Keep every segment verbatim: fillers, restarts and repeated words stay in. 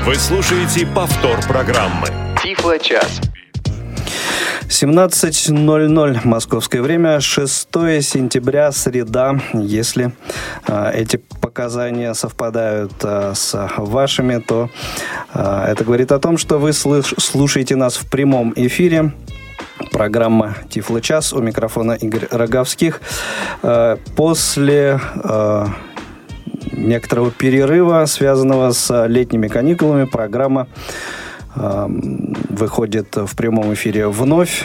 Вы слушаете повтор программы Тифло-час. семнадцать ноль ноль московское время, шестое сентября, среда. Если э, эти показания совпадают э, с вашими, то э, это говорит о том, что вы слыш- слушаете нас в прямом эфире. Программа «Тифло-час», у микрофона Игорь Роговских. Э, после э, некоторого перерыва, связанного с летними каникулами, программа выходит в прямом эфире вновь.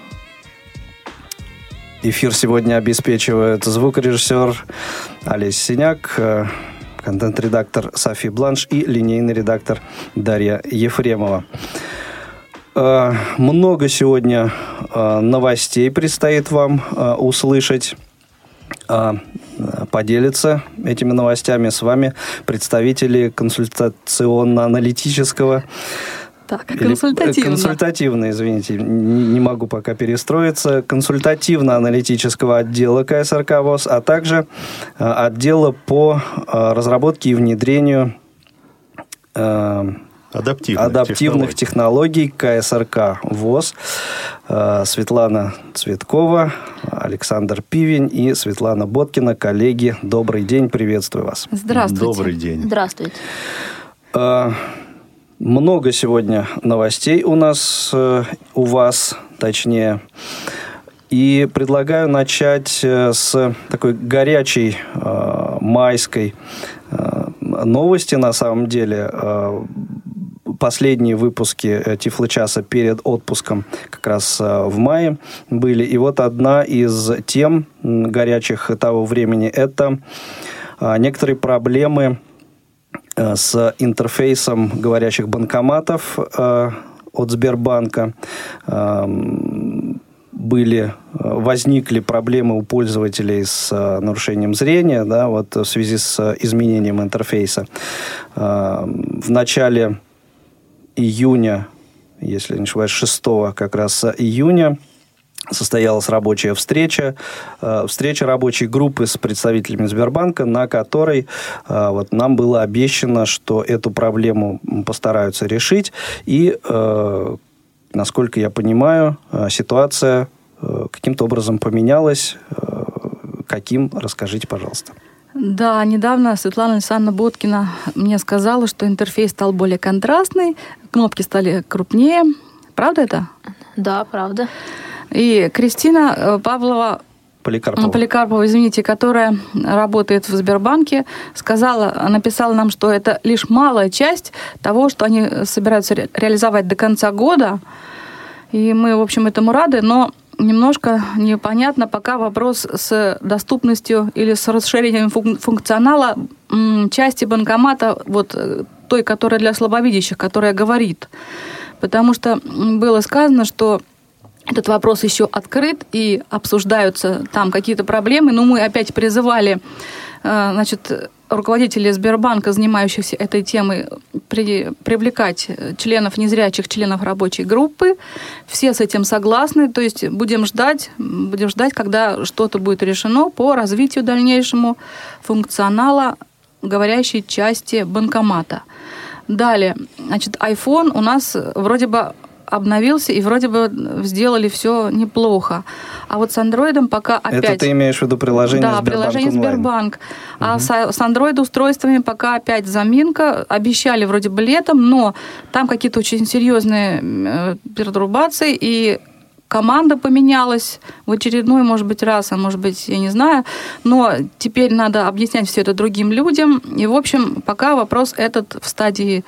Эфир сегодня обеспечивает звукорежиссер Олесь Синяк, контент-редактор Софи Бланш и линейный редактор Дарья Ефремова. Много сегодня новостей предстоит вам услышать. Поделиться этими новостями с вами представители консультационно-аналитического Так, консультативно. Консультативно, извините, не, не могу пока перестроиться. Консультативно-аналитического отдела ка эс эр ка ВОС, а также отдела по разработке и внедрению адаптивных, адаптивных технологий. технологий ка эс эр ка ВОС. Светлана Цветкова, Александр Пивень и Светлана Боткина. Коллеги, добрый день, приветствую вас. Здравствуйте. Добрый день. Здравствуйте. Много сегодня новостей у нас, у вас, точнее. И предлагаю начать с такой горячей майской новости, на самом деле. Последние выпуски Тифло-часа перед отпуском как раз в мае были. И вот одна из тем горячих того времени – это некоторые проблемы с интерфейсом говорящих банкоматов от Сбербанка. Были, возникли проблемы у пользователей с нарушением зрения, да, вот в связи с изменением интерфейса. В начале июня, если не ошибаюсь, шестого как раз июня состоялась рабочая встреча, встреча рабочей группы с представителями Сбербанка, на которой вот, нам было обещано, что эту проблему постараются решить. И, насколько я понимаю, ситуация каким-то образом поменялась. Каким? Расскажите, пожалуйста. Да, недавно Светлана Александровна Боткина мне сказала, что интерфейс стал более контрастный, кнопки стали крупнее. Правда это? Да, правда. И Кристина Павлова, Поликарпова. Поликарпова, извините, которая работает в Сбербанке, сказала, написала нам, что это лишь малая часть того, что они собираются ре- реализовать до конца года. И мы, в общем, этому рады, но немножко непонятно пока вопрос с доступностью или с расширением функционала части банкомата, вот той, которая для слабовидящих, которая говорит. Потому что было сказано, что этот вопрос еще открыт и обсуждаются там какие-то проблемы, но мы опять призывали, значит, руководителей Сбербанка, занимающихся этой темой, при, привлекать членов незрячих, членов рабочей группы. Все с этим согласны, то есть будем ждать, будем ждать, когда что-то будет решено по развитию дальнейшему функционала говорящей части банкомата. Далее, значит, iPhone у нас вроде бы обновился, и вроде бы сделали все неплохо. А вот с андроидом пока опять... Это ты имеешь в виду приложение да, Сбербанк приложение онлайн. Сбербанк. Угу. А с, с андроид-устройствами пока опять заминка. Обещали вроде бы летом, но там какие-то очень серьезные э, пертурбации, и команда поменялась в очередной, может быть, раз, а может быть, я не знаю. Но теперь надо объяснять все это другим людям. И, в общем, пока вопрос этот в стадии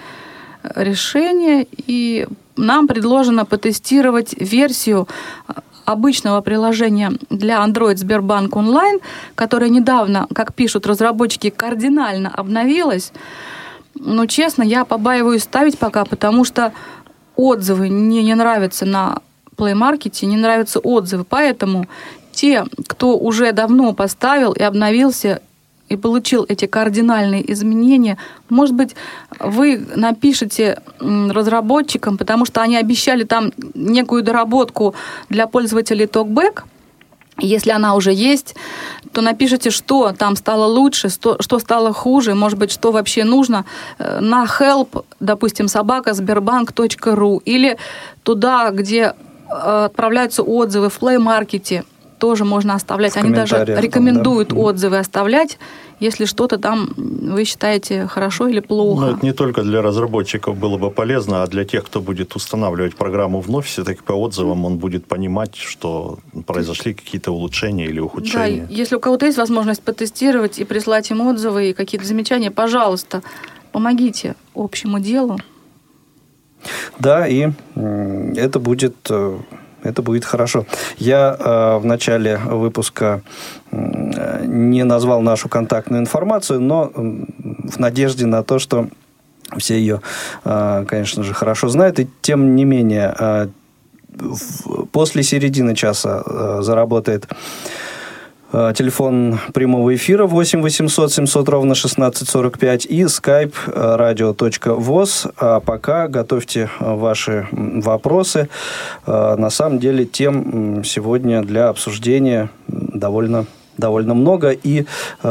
решения, и нам предложено потестировать версию обычного приложения для Android Сбербанк онлайн, которое недавно, как пишут разработчики, кардинально обновилось. Но, честно, я побаиваюсь ставить пока, потому что отзывы мне не нравятся на Play Market, не нравятся отзывы. Поэтому те, кто уже давно поставил и обновился, и получил эти кардинальные изменения, может быть, вы напишите разработчикам, потому что они обещали там некую доработку для пользователей TalkBack. Если она уже есть, то напишите, что там стало лучше, что, что стало хуже, может быть, что вообще нужно на help, допустим, собака сбербанк точка ру или туда, где отправляются отзывы в Play Market, тоже можно оставлять. Они даже рекомендуют там, да? отзывы оставлять, если что-то там вы считаете хорошо или плохо. Ну, это не только для разработчиков было бы полезно, а для тех, кто будет устанавливать программу вновь, все-таки по отзывам он будет понимать, что произошли какие-то улучшения или ухудшения. Да, если у кого-то есть возможность потестировать и прислать им отзывы и какие-то замечания, пожалуйста, помогите общему делу. Да, и это будет... Это будет хорошо. Я э, в начале выпуска э, не назвал нашу контактную информацию, но э, в надежде на то, что все ее, э, конечно же, хорошо знают. И тем не менее, э, в, после середины часа э, заработает э, телефон прямого эфира восемь восемьсот семьсот ровно шестнадцать сорок пять и skype radio точка voz. А пока готовьте ваши вопросы. На самом деле тем сегодня для обсуждения довольно, довольно много. И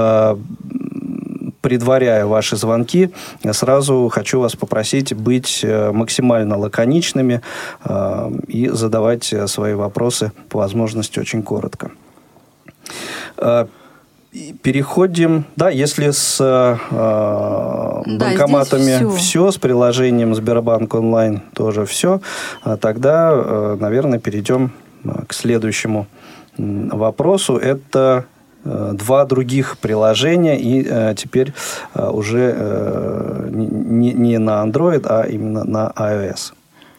предваряя ваши звонки, я сразу хочу вас попросить быть максимально лаконичными и задавать свои вопросы по возможности очень коротко. Переходим, да, если с э, банкоматами да, все. все, с приложением Сбербанк онлайн тоже все, тогда, э, наверное, перейдем к следующему вопросу. Это э, два других приложения, и э, теперь э, уже э, не, не на Android, а именно на iOS.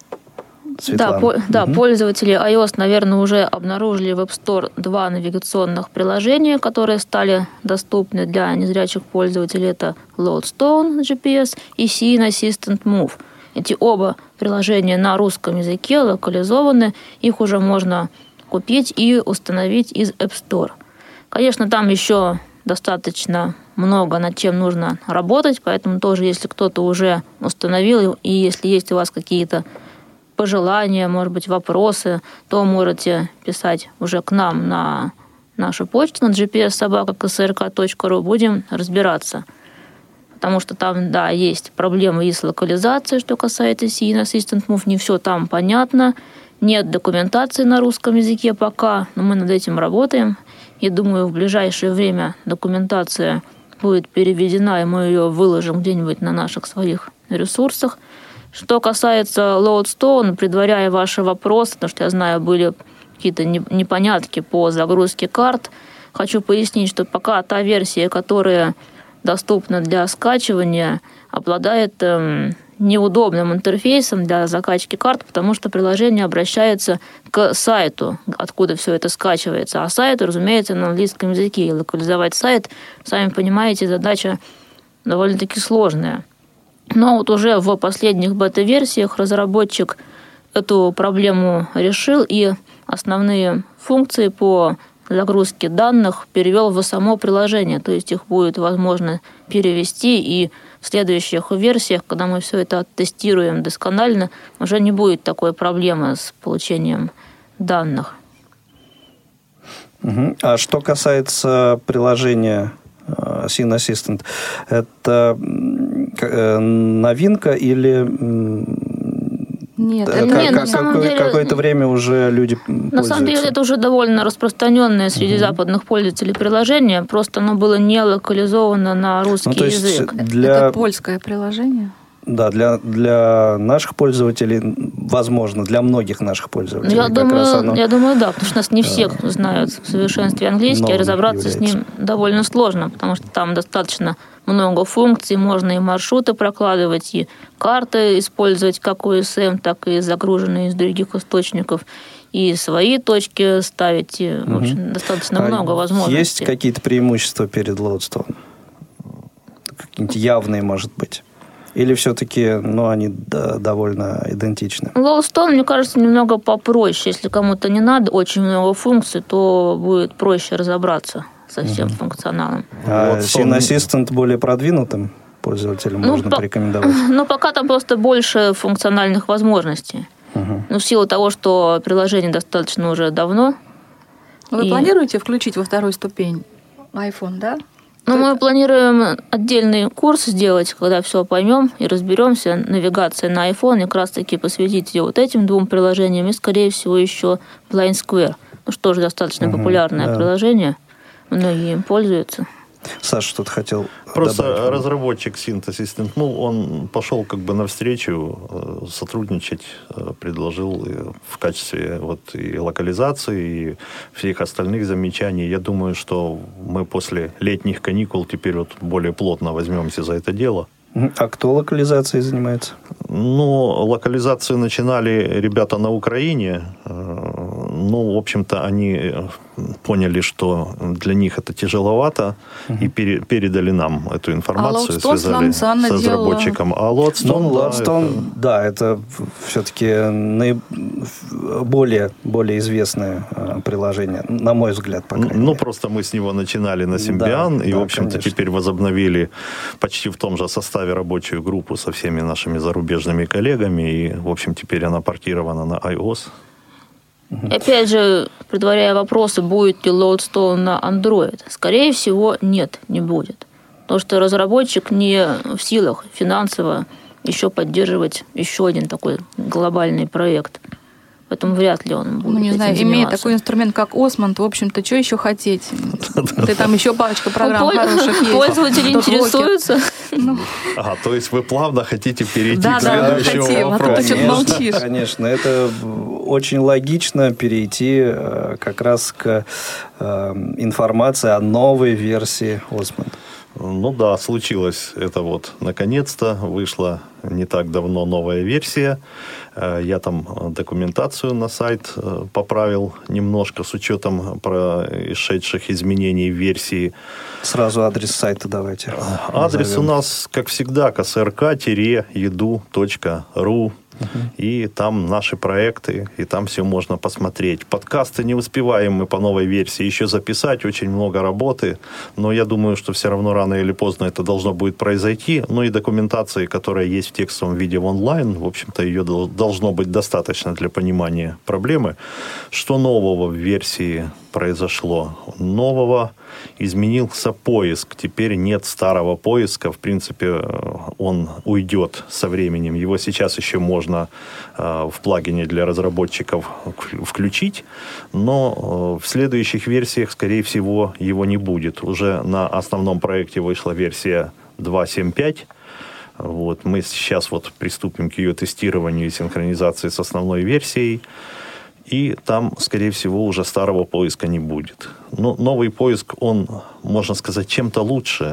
Светлана. Да, по, да угу. Пользователи iOS, наверное, уже обнаружили в App Store два навигационных приложения, которые стали доступны для незрячих пользователей. Это Loadstone джи пи эс и Scene Assistant Move. Эти оба приложения на русском языке локализованы, их уже можно купить и установить из App Store. Конечно, там еще достаточно много над чем нужно работать, поэтому тоже, если кто-то уже установил, и если есть у вас какие-то пожелания, может быть, вопросы, то можете писать уже к нам на нашу почту на джи пи эс собака ка эс эр ка точка ру. Будем разбираться. Потому что там, да, есть проблемы и с локализацией, что касается Scene Assistant Move. Не все там понятно. Нет документации на русском языке пока, но мы над этим работаем. Я думаю, в ближайшее время документация будет переведена, и мы ее выложим где-нибудь на наших своих ресурсах. Что касается Loadstone, предваряя ваши вопросы, потому что я знаю, были какие-то непонятки по загрузке карт, хочу пояснить, что пока та версия, которая доступна для скачивания, обладает эм, неудобным интерфейсом для закачки карт, потому что приложение обращается к сайту, откуда все это скачивается. А сайт, разумеется, на английском языке. И локализовать сайт, сами понимаете, задача довольно-таки сложная. Но вот уже в последних бета-версиях разработчик эту проблему решил и основные функции по загрузке данных перевел в само приложение. То есть их будет возможно перевести, и в следующих версиях, когда мы все это оттестируем досконально, уже не будет такой проблемы с получением данных. Угу. А что касается приложения Scene Assistant, это новинка или нет, как, это, как, нет, какое, деле, какое-то время уже люди пользуются? На самом деле это уже довольно распространенное среди угу. западных пользователей приложение, просто оно было не локализовано на русский ну, то есть язык. Для... Это польское приложение? Да, для, для наших пользователей, возможно, для многих наших пользователей. Я, как думаю, раз оно... я думаю, да, потому что нас не все знают в совершенстве английский, а разобраться является. С ним довольно сложно, потому что там достаточно много функций, можно и маршруты прокладывать, и карты использовать как о эс эм, так и загруженные из других источников, и свои точки ставить, и, в общем, угу. достаточно а много возможностей. Есть какие-то преимущества перед Loadstone? Какие-нибудь явные, может быть? Или все-таки, ну, они да, довольно идентичны? Loadstone, мне кажется, немного попроще. Если кому-то не надо очень много функций, то будет проще разобраться со всем угу. функционалом. А Scene Assistant более продвинутым пользователям ну, можно по- порекомендовать? Ну, пока там просто больше функциональных возможностей. Угу. Ну, в силу того, что приложение достаточно уже давно. Вы и... планируете включить во вторую ступень iPhone, да? Ну, мы планируем отдельный курс сделать, когда все поймем и разберемся. Навигация на iPhone, и как раз таки посвятить ее вот этим двум приложениям и, скорее всего, еще Blind Square. Ну, что же, достаточно угу, популярное да. приложение. Многие им пользуются. Саша что-то хотел Просто добавить. Разработчик Synthesis Intmul, он пошел как бы навстречу сотрудничать, предложил в качестве вот и локализации, и всех остальных замечаний. Я думаю, что мы после летних каникул теперь вот более плотно возьмемся за это дело. А кто локализацией занимается? Ну, локализацию начинали ребята на Украине. Ну, в общем-то, они поняли, что для них это тяжеловато, uh-huh. и пере- передали нам эту информацию, а связали с разработчиком. Делала... А Loadstone, ну, да, Loadstone, это... да, это все-таки наиб... более, более известное приложение, на мой взгляд, по крайней Ну, мере. просто мы с него начинали на Symbian, да, и, да, в общем-то, конечно. Теперь возобновили почти в том же составе рабочую группу со всеми нашими зарубежными коллегами, и, в общем, теперь она портирована на iOS. Опять же, предваряя вопросы, будет ли Loadstone на Android, скорее всего, нет, не будет. Потому что разработчик не в силах финансово еще поддерживать еще один такой глобальный проект. Поэтому вряд ли он будет. Ну, не знаю, заниматься. имея такой инструмент, как Osmond, в общем-то, что еще хотеть? Ты там еще парочка программ хороших есть. Пользователи интересуются. Ага, то есть вы плавно хотите перейти к следующему вопросу. А ты что-то молчишь. Конечно, это очень логично перейти как раз к информации о новой версии Osmond. Ну да, случилось это вот. Наконец-то вышла не так давно новая версия. Я там документацию на сайт поправил немножко с учетом происшедших изменений в версии. Сразу адрес сайта давайте. Адрес назовем. у нас, как всегда, ксрк еду точка ру. Uh-huh. И там наши проекты, и там все можно посмотреть. Подкасты не успеваем мы по новой версии еще записать, очень много работы, но я думаю, что все равно рано или поздно это должно будет произойти. Ну и документации, которая есть в текстовом виде в онлайн, в общем-то, ее должно быть достаточно для понимания проблемы. Что нового в версии произошло? Нового изменился поиск. Теперь нет старого поиска. В принципе, он уйдет со временем. Его сейчас еще можно э, в плагине для разработчиков включить, но э, в следующих версиях, скорее всего, его не будет. Уже на основном проекте вышла версия два точка семь точка пять. Вот. Мы сейчас вот приступим к ее тестированию и синхронизации с основной версией. И там, скорее всего, уже старого поиска не будет. Но новый поиск, он, можно сказать, чем-то лучше.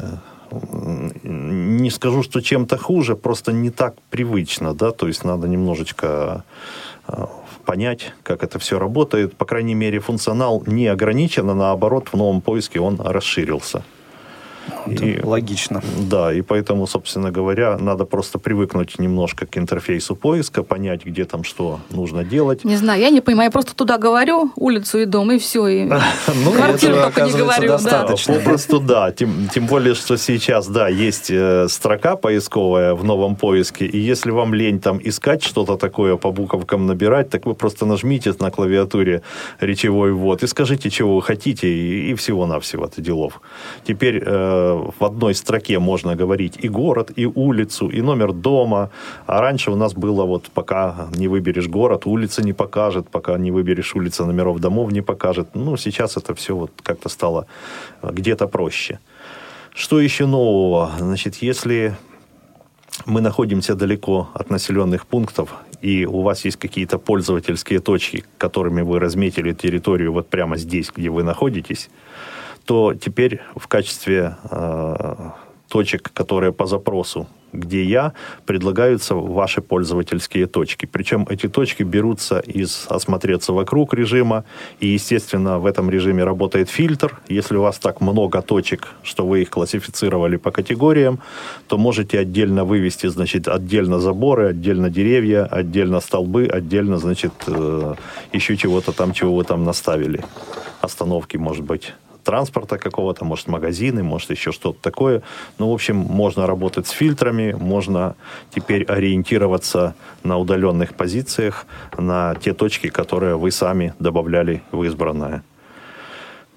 Не скажу, что чем-то хуже, просто не так привычно, да, то есть надо немножечко понять, как это все работает. По крайней мере, функционал не ограничен, а наоборот, в новом поиске он расширился. И, логично. Да, и поэтому, собственно говоря, надо просто привыкнуть немножко к интерфейсу поиска, понять, где там что нужно делать. Не знаю, я не понимаю, я просто туда говорю, улицу и дом, и все. И ну, квартиру только не говорю. Достаточно. Да. Попросту да. Тем, тем более, что сейчас, да, есть строка поисковая в новом поиске, и если вам лень там искать что-то такое, по буковкам набирать, так вы просто нажмите на клавиатуре речевой ввод и скажите, чего вы хотите, и, и всего-навсего это делов. Теперь в одной строке можно говорить и город, и улицу, и номер дома. А раньше у нас было вот пока не выберешь город, улица не покажет, пока не выберешь улица, номеров домов не покажет. Ну, сейчас это все вот как-то стало где-то проще. Что еще нового? Значит, если мы находимся далеко от населенных пунктов, и у вас есть какие-то пользовательские точки, которыми вы разметили территорию вот прямо здесь, где вы находитесь, то теперь в качестве э, точек, которые по запросу, где я, предлагаются ваши пользовательские точки. Причем эти точки берутся из «осмотреться вокруг» режима, и, естественно, в этом режиме работает фильтр. Если у вас так много точек, что вы их классифицировали по категориям, то можете отдельно вывести, значит, отдельно заборы, отдельно деревья, отдельно столбы, отдельно, значит, э, еще чего-то там, чего вы там наставили. Остановки, может быть, транспорта какого-то, может, магазины, может, еще что-то такое. Ну, в общем, можно работать с фильтрами, можно теперь ориентироваться на удаленных позициях, на те точки, которые вы сами добавляли в избранное.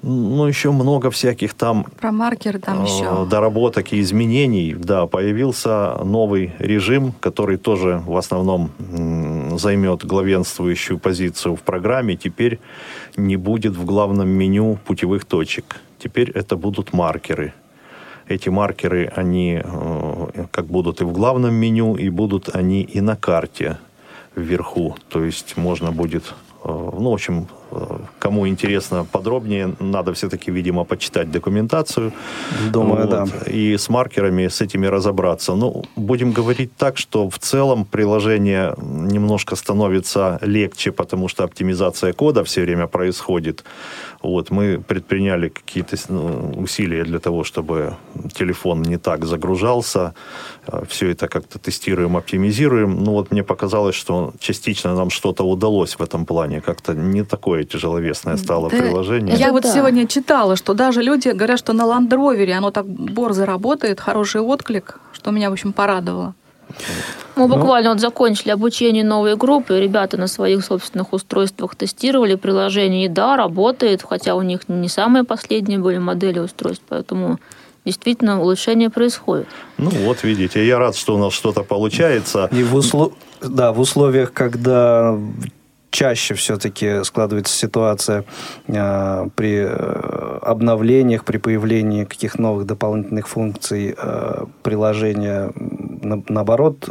Ну, еще много всяких там... Про маркеры там еще. Доработок и изменений. Да, появился новый режим, который тоже в основном займет главенствующую позицию в программе. Теперь не будет в главном меню путевых точек. Теперь это будут маркеры. Эти маркеры, они как будут и в главном меню, и будут они и на карте вверху. То есть можно будет... Ну, в общем, кому интересно подробнее, надо все-таки, видимо, почитать документацию. Думаю, вот, да. И с маркерами, с этими разобраться. Ну, будем говорить так, что в целом приложение немножко становится легче, потому что оптимизация кода все время происходит. Вот, мы предприняли какие-то усилия для того, чтобы телефон не так загружался. Все это как-то тестируем, оптимизируем. Ну, вот мне показалось, что частично нам что-то удалось в этом плане. Как-то не такое тяжеловесное стало да, приложение. Я это вот да. сегодня читала, что даже люди говорят, что на Land Rover оно так борзо работает, хороший отклик, что меня, в общем, порадовало. Мы буквально ну, вот закончили обучение новой группы, ребята на своих собственных устройствах тестировали приложение, и да, работает, хотя у них не самые последние были модели устройств, поэтому действительно улучшение происходит. Ну вот, видите, я рад, что у нас что-то получается. И в, услов... да, в условиях, когда чаще все-таки складывается ситуация э, при обновлениях, при появлении каких новых дополнительных функций э, приложения, на, наоборот,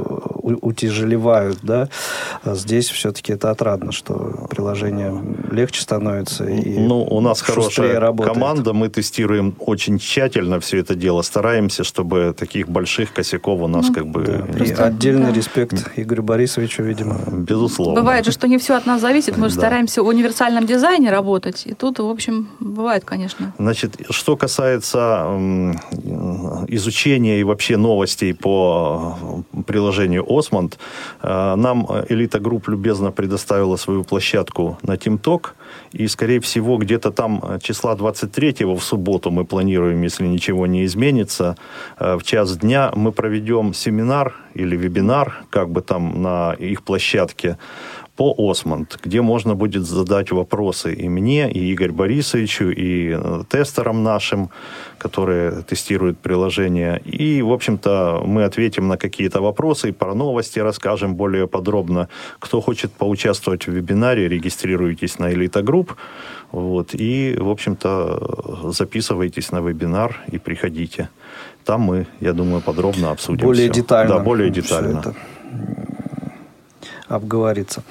утяжелевают, да, здесь все-таки это отрадно, что приложение легче становится и ну, у нас хорошая работает. Команда, мы тестируем очень тщательно все это дело, стараемся, чтобы таких больших косяков у нас ну, как бы... Да, не... И отдельный да. респект Игорю Борисовичу, видимо. Безусловно. Бывает же, что не все от нас зависит, мы же да. стараемся в универсальном дизайне работать, и тут, в общем, бывает, конечно. Значит, что касается изучения и вообще новостей по приложению Osmond, нам Элита Групп любезно предоставила свою площадку на TeamTalk, и, скорее всего, где-то там числа двадцать третьего в субботу мы планируем, если ничего не изменится, в час дня мы проведем семинар или вебинар, как бы там на их площадке, по Osmond, где можно будет задать вопросы и мне, и Игорю Борисовичу, и тестерам нашим, которые тестируют приложение. И, в общем-то, мы ответим на какие-то вопросы, и про новости расскажем более подробно. Кто хочет поучаствовать в вебинаре, регистрируйтесь на Элита Групп. Вот, и, в общем-то, записывайтесь на вебинар и приходите. Там мы, я думаю, подробно обсудим более все. Детально. Да, более детально. Обговориться.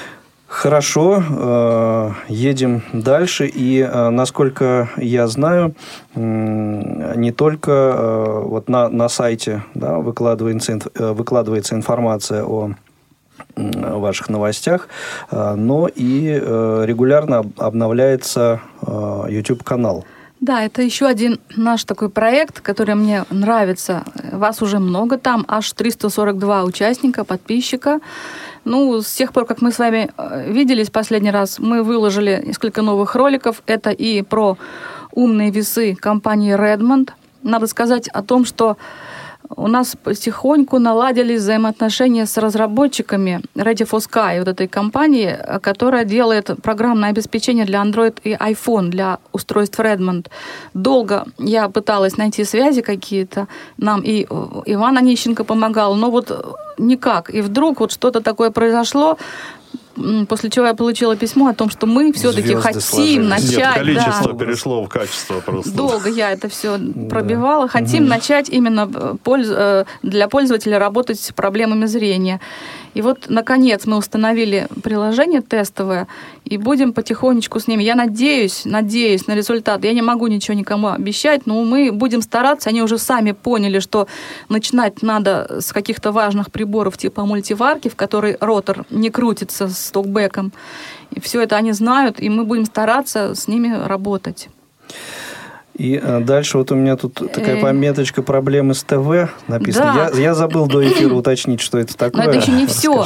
Хорошо, едем дальше. И, насколько я знаю, не только вот на, на сайте да, выкладывается, выкладывается информация о ваших новостях, но и регулярно обновляется YouTube-канал. Да, это еще один наш такой проект, который мне нравится. Вас уже много там, аж триста сорок два участника, подписчика. Ну, с тех пор, как мы с вами виделись последний раз, мы выложили несколько новых роликов. Это и про умные весы компании Redmond. Надо сказать о том, что у нас потихоньку наладились взаимоотношения с разработчиками Ready for Sky, вот этой компании, которая делает программное обеспечение для Android и iPhone, для устройств Redmond. Долго я пыталась найти связи какие-то, нам и Иван Онищенко помогал, но вот никак. И вдруг вот что-то такое произошло, после чего я получила письмо о том, что мы все-таки Звезды хотим сложились. начать... Нет, количество да, перешло в качество просто. Долго я это все пробивала. Да. Хотим угу. начать именно польз... для пользователя работать с проблемами зрения. И вот, наконец, мы установили приложение тестовое и будем потихонечку с ними. Я надеюсь, надеюсь на результат. Я не могу ничего никому обещать, но мы будем стараться. Они уже сами поняли, что начинать надо с каких-то важных приборов типа мультиварки, в которой ротор не крутится с токбэком. И все это они знают, и мы будем стараться с ними работать. И дальше вот у меня тут такая пометочка «Проблемы с ТВ» написано. Да. Я, я забыл до эфира уточнить, что это такое. Но это еще не все.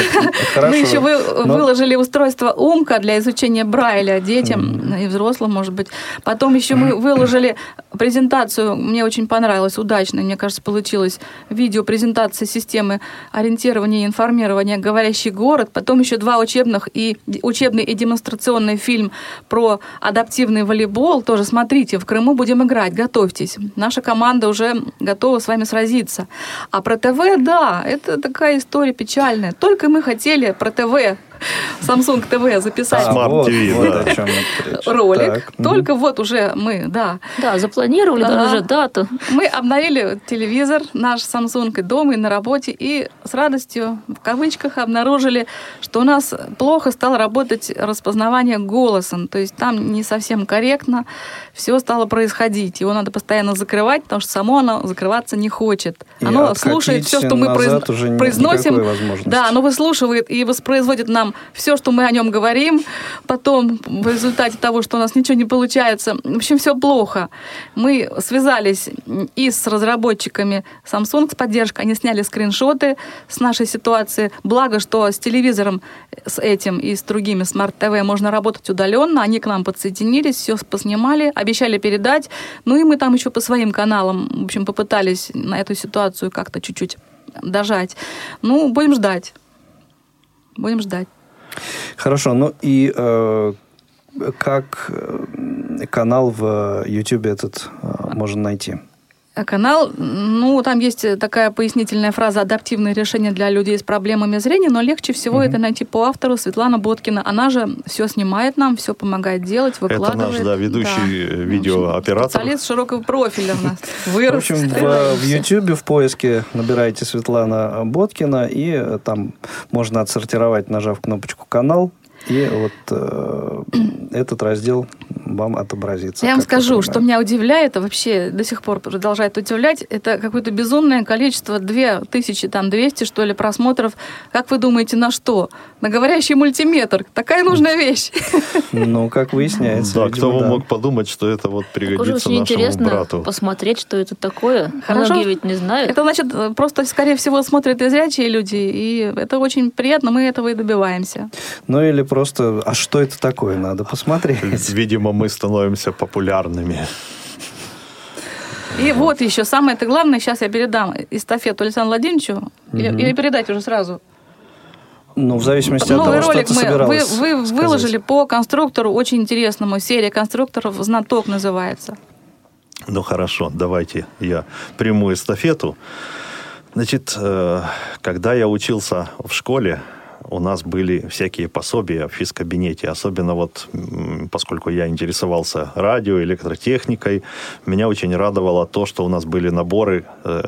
Мы еще вы, Но... выложили устройство «Умка» для изучения Брайля детям mm. и взрослым, может быть. Потом еще мы выложили презентацию, мне очень понравилось, удачно, мне кажется, получилось, видеопрезентация системы ориентирования и информирования «Говорящий город». Потом еще два учебных и учебный и демонстрационный фильм про адаптивный волейбол. Тоже смотрите, в Крыму будем играть, готовьтесь. Наша команда уже готова с вами сразиться. А про ТВ, да, это такая история печальная. Только мы хотели про ТВ, Samsung ТВ записать а, вот, ти ви, вот, да. о чем ролик. Так. Только mm-hmm. вот уже мы, да. Да, запланировали ага. даже дату. Мы обновили телевизор наш Samsung и дома, и на работе, и с радостью, в кавычках, обнаружили, что у нас плохо стало работать распознавание голосом. То есть там не совсем корректно все стало происходить. Его надо постоянно закрывать, потому что само оно закрываться не хочет. И оно слушает все, что мы произ... произносим. Да, оно выслушивает и воспроизводит нам все, что мы о нем говорим, потом в результате того, что у нас ничего не получается. В общем, все плохо. Мы связались и с разработчиками Samsung с поддержкой, они сняли скриншоты с нашей ситуации. Благо, что с телевизором, с этим и с другими смарт-ТВ можно работать удаленно. Они к нам подсоединились, все поснимали, обещали передать. Ну и мы там еще по своим каналам, в общем, попытались на эту ситуацию как-то чуть-чуть дожать. Ну, будем ждать. Будем ждать. Хорошо, ну и э, как канал в YouTube этот э, можно найти? Канал, ну, там есть такая пояснительная фраза «адаптивные решения для людей с проблемами зрения», но легче всего угу. это найти по автору Светлана Боткина. Она же все снимает нам, все помогает делать, выкладывает. Это наш, да, ведущий да. видеооператор. Специалист широкого профиля у нас. Вырос. В общем, в, в YouTube в поиске набираете Светлана Боткина, и там можно отсортировать, нажав кнопочку «Канал», и вот э, этот раздел вам отобразится. Я вам скажу, что меня удивляет, а вообще до сих пор продолжает удивлять, это какое-то безумное количество, две тысячи двести, что ли, просмотров. Как вы думаете, на что? На говорящий мультиметр. Такая нужная вещь. Ну, как выясняется. Да, кто бы мог подумать, что это вот пригодится нашему брату. Очень интересно посмотреть, что это такое. Многие ведь не знают. Это значит, просто, скорее всего, смотрят и зрячие люди, и это очень приятно, мы этого и добиваемся. Ну, или просто, а что это такое, надо посмотреть. Видимо, мы становимся популярными. И вот еще самое-то главное, сейчас я передам эстафету Александру Владимировичу, угу. или, или передать уже сразу. Ну, в зависимости Новый от того, ролик что ты собиралась мы, вы, вы выложили по конструктору очень интересному. Серия конструкторов «Знаток» называется. Ну, хорошо, давайте я приму эстафету. Значит, когда я учился в школе, у нас были всякие пособия в физкабинете, особенно вот, поскольку я интересовался радио, электротехникой, меня очень радовало то, что у нас были наборы,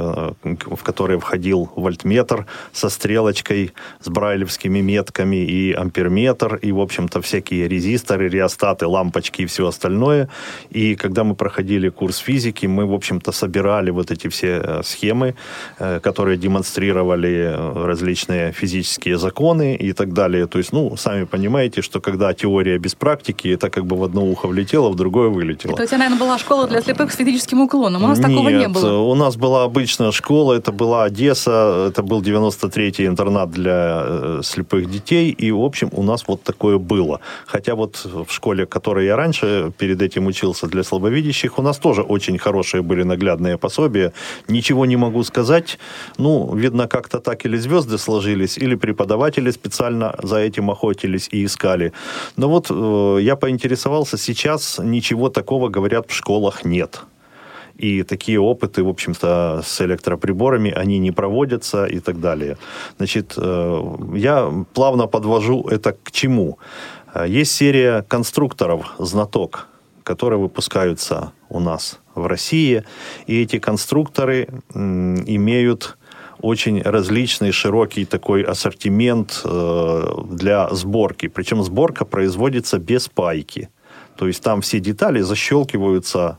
в которые входил вольтметр со стрелочкой, с брайлевскими метками и амперметр, и, в общем-то, всякие резисторы, реостаты, лампочки и все остальное. И когда мы проходили курс физики, мы, в общем-то, собирали вот эти все схемы, которые демонстрировали различные физические законы, и так далее. То есть, ну, сами понимаете, что когда теория без практики, это как бы в одно ухо влетело, в другое вылетело. Это у тебя, наверное, была школа для слепых с физическим уклоном. У нас Нет, такого не было. У нас была обычная школа, это была Одесса, это был девяносто третий интернат для слепых детей, и, в общем, у нас вот такое было. Хотя вот в школе, в которой я раньше перед этим учился для слабовидящих, у нас тоже очень хорошие были наглядные пособия. Ничего не могу сказать. Ну, видно, как-то так или звезды сложились, или преподаватели специально за этим охотились и искали. Но вот э, я поинтересовался, сейчас ничего такого, говорят, в школах нет. И такие опыты, в общем-то, с электроприборами, они не проводятся и так далее. Значит, э, я плавно подвожу это к чему? Есть серия конструкторов «Знаток», которые выпускаются у нас в России. И эти конструкторы м, имеют очень различный, широкий такой ассортимент э, для сборки. Причем сборка производится без пайки. То есть там все детали защелкиваются,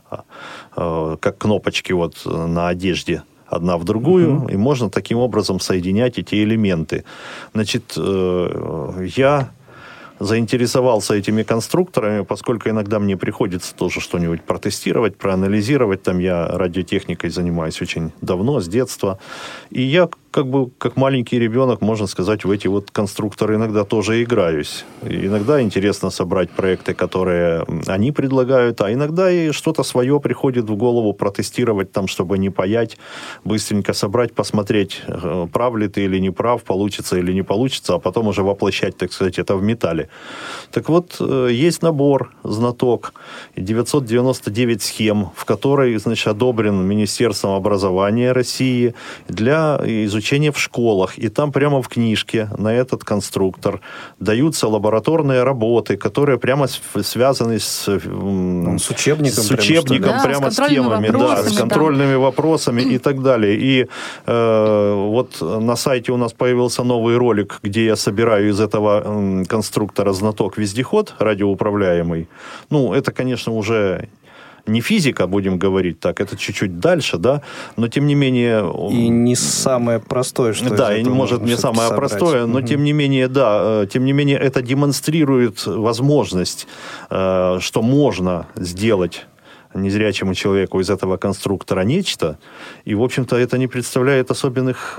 э, как кнопочки вот на одежде, одна в другую, mm-hmm. и можно таким образом соединять эти элементы. Значит, э, я заинтересовался этими конструкторами, поскольку иногда мне приходится тоже что-нибудь протестировать, проанализировать. Там я радиотехникой занимаюсь очень давно, с детства. И я как бы как маленький ребенок, можно сказать, в эти вот конструкторы иногда тоже играюсь. И иногда интересно собрать проекты, которые они предлагают, а иногда и что-то свое приходит в голову протестировать, там, чтобы не паять, быстренько собрать, посмотреть, прав ли ты или не прав, получится или не получится, а потом уже воплощать, так сказать, это в металле. Так вот, есть набор «Знаток», девятьсот девяносто девять схем, в которой, значит, одобрен Министерством образования России для изучения в школах. И там прямо в книжке на этот конструктор даются лабораторные работы, которые прямо связаны с, ну, с учебником, с, учебником прямо, прямо с, с темами, да, с контрольными да. вопросами и так далее. И э, вот на сайте у нас появился новый ролик, где я собираю из этого конструктора «Знаток» вездеход радиоуправляемый. Ну, это, конечно, уже не физика, будем говорить так, это чуть-чуть дальше, да, но тем не менее... И не самое простое, что да, и может не самое собрать. простое, но угу. тем не менее, да, тем не менее это демонстрирует возможность, что можно сделать незрячему человеку из этого конструктора нечто, и, в общем-то, это не представляет особенных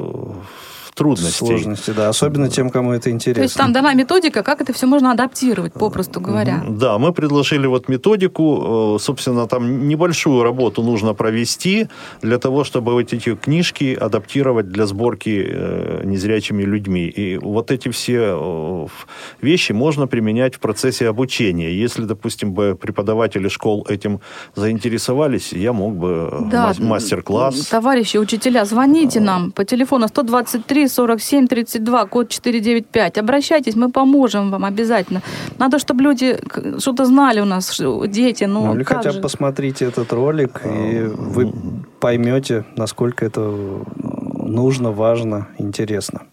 трудностей. Сложности, да. Особенно тем, кому это интересно. То есть там дана методика, как это все можно адаптировать, попросту говоря. Да, мы предложили вот методику. Собственно, там небольшую работу нужно провести для того, чтобы вот эти книжки адаптировать для сборки незрячими людьми. И вот эти все вещи можно применять в процессе обучения. Если, допустим, бы преподаватели школ этим заинтересовались, я мог бы да, мастер-класс. Товарищи учителя, звоните нам по телефону сто двадцать три сорок семь тридцать два, код четыре девять пять. Обращайтесь, мы поможем вам обязательно. Надо, чтобы люди что-то знали у нас, дети. Ну, ну или хотя бы посмотрите этот ролик, и вы поймете, насколько это нужно, важно, интересно.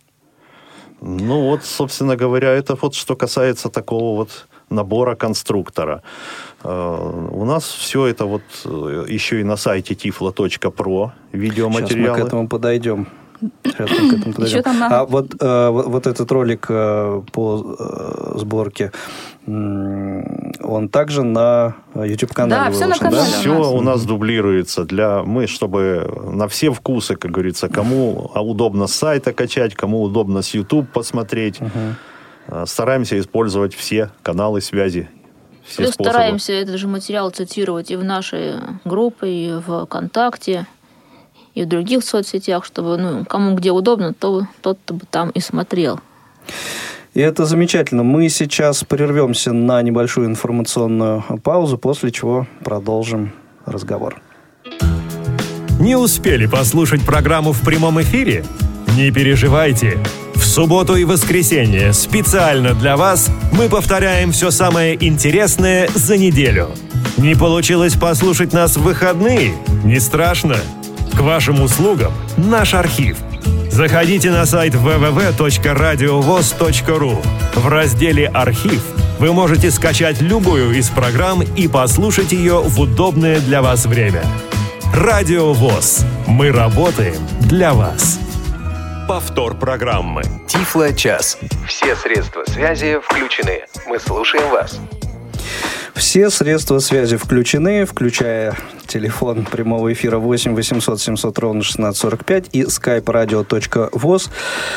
Ну вот, собственно говоря, это вот что касается такого вот набора конструктора. У нас все это вот еще и на сайте тифло точка про видеоматериалы. Сейчас мы к этому подойдем. Сейчас мы к этому подойдем. Там надо... А вот, э, вот этот ролик э, по э, сборке, э, он также на YouTube-канале да, все на канале. Да? Все у нас дублируется. Для мы, чтобы на все вкусы, как говорится, кому удобно с сайта качать, кому удобно с YouTube посмотреть. Угу. Стараемся использовать все каналы связи. Все Плюс способы. Стараемся этот же материал цитировать и в нашей группе, и в ВКонтакте, и в других соцсетях, чтобы ну, кому где удобно, то тот-то бы там и смотрел. И это замечательно. Мы сейчас прервемся на небольшую информационную паузу, после чего продолжим разговор. Не успели послушать программу в прямом эфире? Не переживайте. В субботу и воскресенье специально для вас мы повторяем все самое интересное за неделю. Не получилось послушать нас в выходные? Не страшно. К вашим услугам наш архив. Заходите на сайт дабл ю дабл ю дабл ю точка радиовос точка ру. В разделе «Архив» вы можете скачать любую из программ и послушать ее в удобное для вас время. Радио ВОС. Мы работаем для вас. Повтор программы. Тифло-час. Все средства связи включены. Мы слушаем вас. Все средства связи включены, включая телефон прямого эфира восемь восемьсот семьсот ровно шестнадцать сорок пять и skype radio точка voz.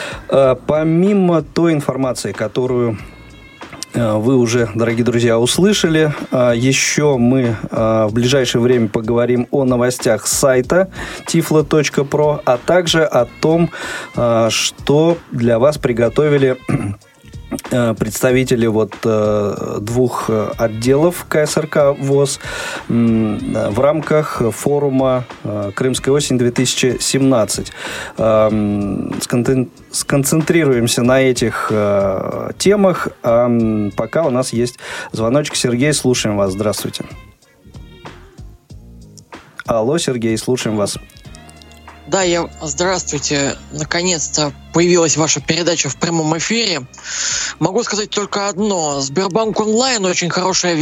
Помимо той информации, которую вы уже, дорогие друзья, услышали, еще мы в ближайшее время поговорим о новостях сайта тифло точка про, а также о том, что для вас приготовили представители вот э, двух отделов ка эс эр ка ВОС э, в рамках форума э, «Крымская осень-две тысячи семнадцать». Э, сконцентри- сконцентрируемся на этих э, темах. А пока у нас есть звоночек. Сергей, слушаем вас. Здравствуйте. Алло, Сергей, слушаем вас. Да, я... Здравствуйте. Наконец-то появилась ваша передача в прямом эфире. Могу сказать только одно. Сбербанк онлайн очень хорошая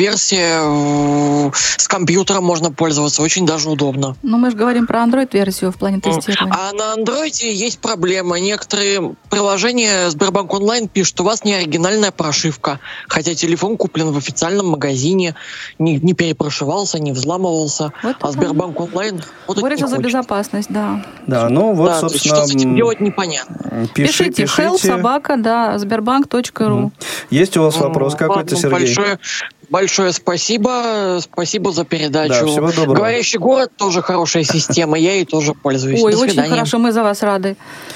версия. С компьютером можно пользоваться. Очень даже удобно. Но мы же говорим про Android-версию в плане тестирования. А на Android есть проблема. Некоторые приложения Сбербанк онлайн пишут, у вас не оригинальная прошивка. Хотя телефон куплен в официальном магазине. Не, не перепрошивался, не взламывался. Вот а Сбербанк онлайн... Вот борется за безопасность, да. Да, ну вот, да, собственно... Что с этим делать, непонятно. Пиши, пишите, пишите. help собака, да, сбербанк точка ру. Есть у вас вопрос Ладно, какой-то, Сергей? Большое, большое спасибо. Спасибо за передачу. Да, всего доброго. Говорящий город тоже хорошая система. Я ей тоже пользуюсь. Ой, До очень свидания. хорошо, мы за вас рады.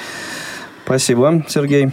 Спасибо, Сергей.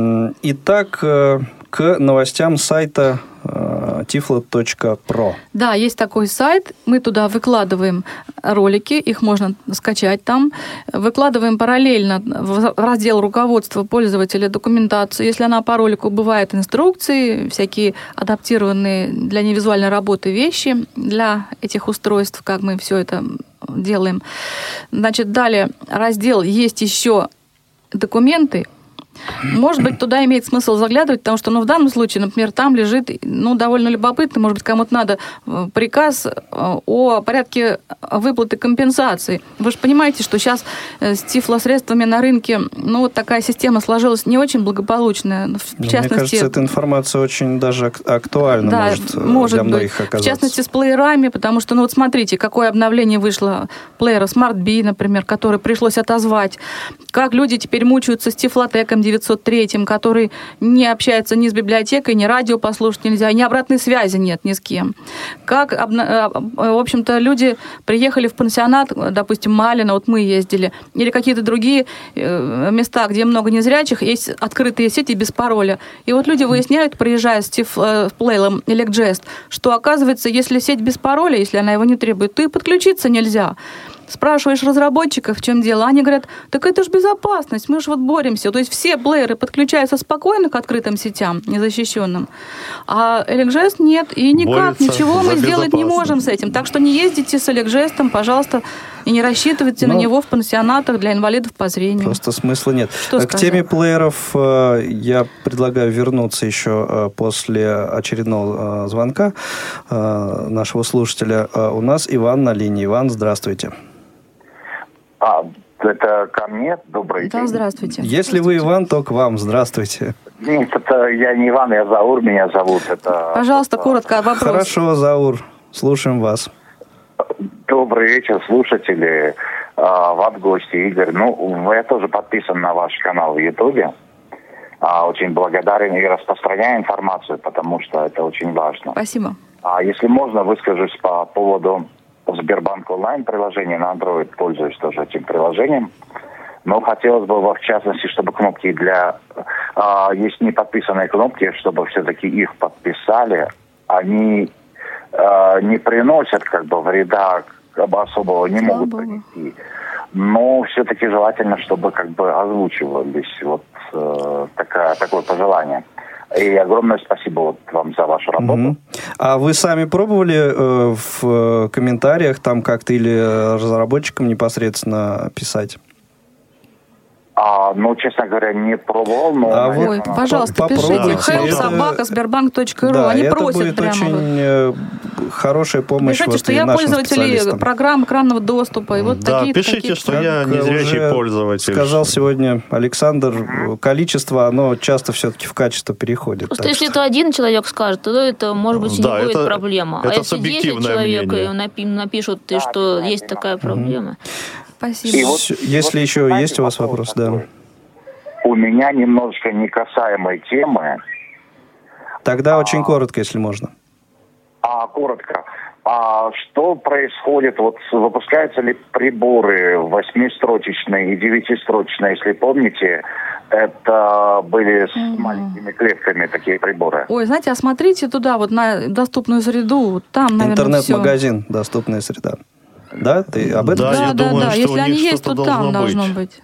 Итак, к новостям сайта тифло точка про. Да, есть такой сайт, мы туда выкладываем ролики, их можно скачать там, выкладываем параллельно в раздел руководства пользователя документацию, если она по ролику бывает инструкции, всякие адаптированные для невизуальной работы вещи для этих устройств, как мы все это делаем. Значит, далее раздел «Есть еще документы». Может быть, туда имеет смысл заглядывать, потому что, ну, в данном случае, например, там лежит, ну, довольно любопытно, может быть, кому-то надо приказ о порядке выплаты компенсации. Вы же понимаете, что сейчас с тифлосредствами на рынке, ну, вот такая система сложилась не очень благополучная. В частности, частности, мне кажется, эта информация очень даже актуальна, да, может, может для быть. многих оказаться. В частности, с плеерами, потому что, ну, вот смотрите, какое обновление вышло плеера Smart Bee, например, который пришлось отозвать. Как люди теперь мучаются с тифлотеком девятьсот три, который не общается ни с библиотекой, ни радио послушать нельзя, ни обратной связи нет ни с кем. Как, в общем-то, люди приехали в пансионат, допустим, Малино, вот мы ездили, или какие-то другие места, где много незрячих, есть открытые сети без пароля. И вот люди выясняют, приезжая с тифлейлом Elecgest, что, оказывается, если сеть без пароля, если она его не требует, то и подключиться нельзя. Спрашиваешь разработчиков, в чем дело, они говорят, так это же безопасность, мы же вот боремся. То есть все плееры подключаются спокойно к открытым сетям, незащищенным, а Elecgest нет, и никак, борется ничего мы сделать не безопасность. можем с этим. Так что не ездите с Elecgest, пожалуйста, и не рассчитывайте Но на него в пансионатах для инвалидов по зрению. Просто смысла нет. Что К сказать? теме плееров я предлагаю вернуться еще после очередного звонка нашего слушателя. У нас Иван на линии. Иван, здравствуйте. А, это ко мне? Добрый да, день. Здравствуйте. Если вы Иван, то к вам. Здравствуйте. Нет, это я не Иван, я Заур, меня зовут. Это... Пожалуйста, коротко вопрос. Хорошо, Заур, слушаем вас. Добрый вечер, слушатели. Вас гости, Игорь. Ну, я тоже подписан на ваш канал в Ютубе. Очень благодарен и распространяю информацию, потому что это очень важно. Спасибо. А если можно, выскажусь по поводу Сбербанк онлайн приложение на Android, пользуюсь тоже этим приложением. Но хотелось бы, в частности, чтобы кнопки для... А, есть не подписанные кнопки, чтобы все-таки их подписали. Они а, не приносят как бы вреда особого, не Слава могут Богу. принести. Но все-таки желательно, чтобы как бы озвучивались вот э, такая, такое пожелание. И огромное спасибо вот вам за вашу работу. Угу. А вы сами пробовали э, в комментариях там как-то или разработчикам непосредственно писать? А, ну, честно говоря, не пробовал, но... А наверное, Ой, пожалуйста, попробуйте. пишите help Это- собака сбербанк точка ру. Да, Они это просят будет прямо. очень вот. э, хорошая помощь Пишите, вот что и я нашим пользователь специалистам. программ экранного доступа. И вот Да, такие, пишите, такие... что я Как незрячий уже пользователь. сказал сегодня Александр, количество, оно часто все-таки в качество переходит. Просто Так если что- это один человек скажет, то это, может быть, и Да, не будет это- проблема. это а если десять субъективное человек мнение. напи- напишут, и что есть такая проблема. Спасибо. И вот- Если вот, еще знаете, есть у вас вопрос, да. такой. У меня немножечко не касаемой темы. Тогда А. очень коротко, если можно. А коротко. А что происходит? Вот выпускаются ли приборы восьмистрочечные и девятистрочечные, если помните? Это были с Мгм. маленькими клетками такие приборы. Ой, знаете, а смотрите туда, вот на доступную среду, там, наверное, все. Интернет-магазин, доступная среда. Да, ты об этом? Да, Да, я да, думаю, да. что Если у они них есть, то что-то там должно должно быть. быть.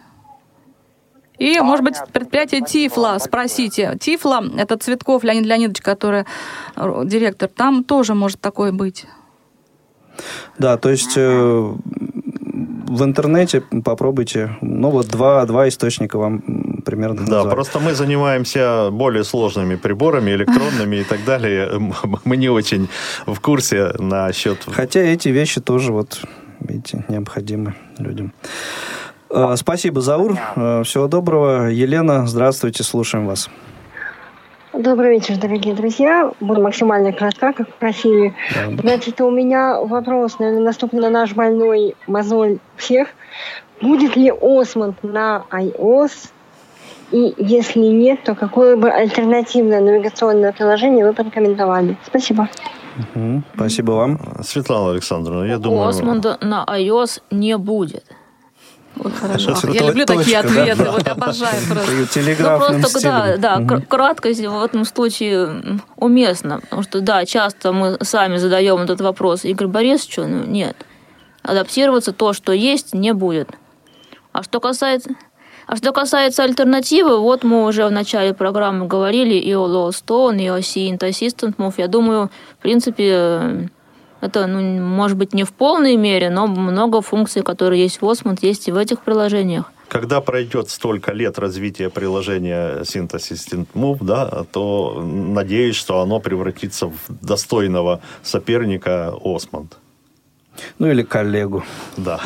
И, может быть, предприятие Тифла, спросите. Тифла, это Цветков Леонид Леонидович, который э, директор, там тоже может такое быть. Да, то есть э, в интернете попробуйте. Ну, вот два, два источника вам примерно Да, назвали. просто мы занимаемся более сложными приборами, электронными и так далее. Мы не очень в курсе насчет... Хотя эти вещи тоже, вот, видите, необходимы людям. Спасибо, Заур. Всего доброго. Елена, здравствуйте, слушаем вас. Добрый вечер, дорогие друзья. Буду максимально кратка, как просили. Да. Значит, у меня вопрос, наверное, наступит на наш больной мозоль всех. Будет ли Осмонд на iOS? И если нет, то какое бы альтернативное навигационное приложение вы порекомендовали? Спасибо. Угу. Спасибо вам. Светлана Александровна, я думаю... Осмонда на iOS не будет. Вот хорошо. Это я люблю точка, такие ответы, да? Вот обожаю просто. Телеграфным ну, просто, стилем. да, да, угу. краткость в этом случае уместна. Потому что, да, часто мы сами задаем этот вопрос Игорю Борисовичу, ну, нет. Адаптироваться то, что есть, не будет. А что касается... А что касается альтернативы, вот мы уже в начале программы говорили и о Lowstone, и о Sync Assistant Move. Я думаю, в принципе... Это, ну, может быть, не в полной мере, но много функций, которые есть в Osmond, есть и в этих приложениях. Когда пройдет столько лет развития приложения Sync Assistant Move, да, то надеюсь, что оно превратится в достойного соперника Osmond. Ну, или коллегу. Да.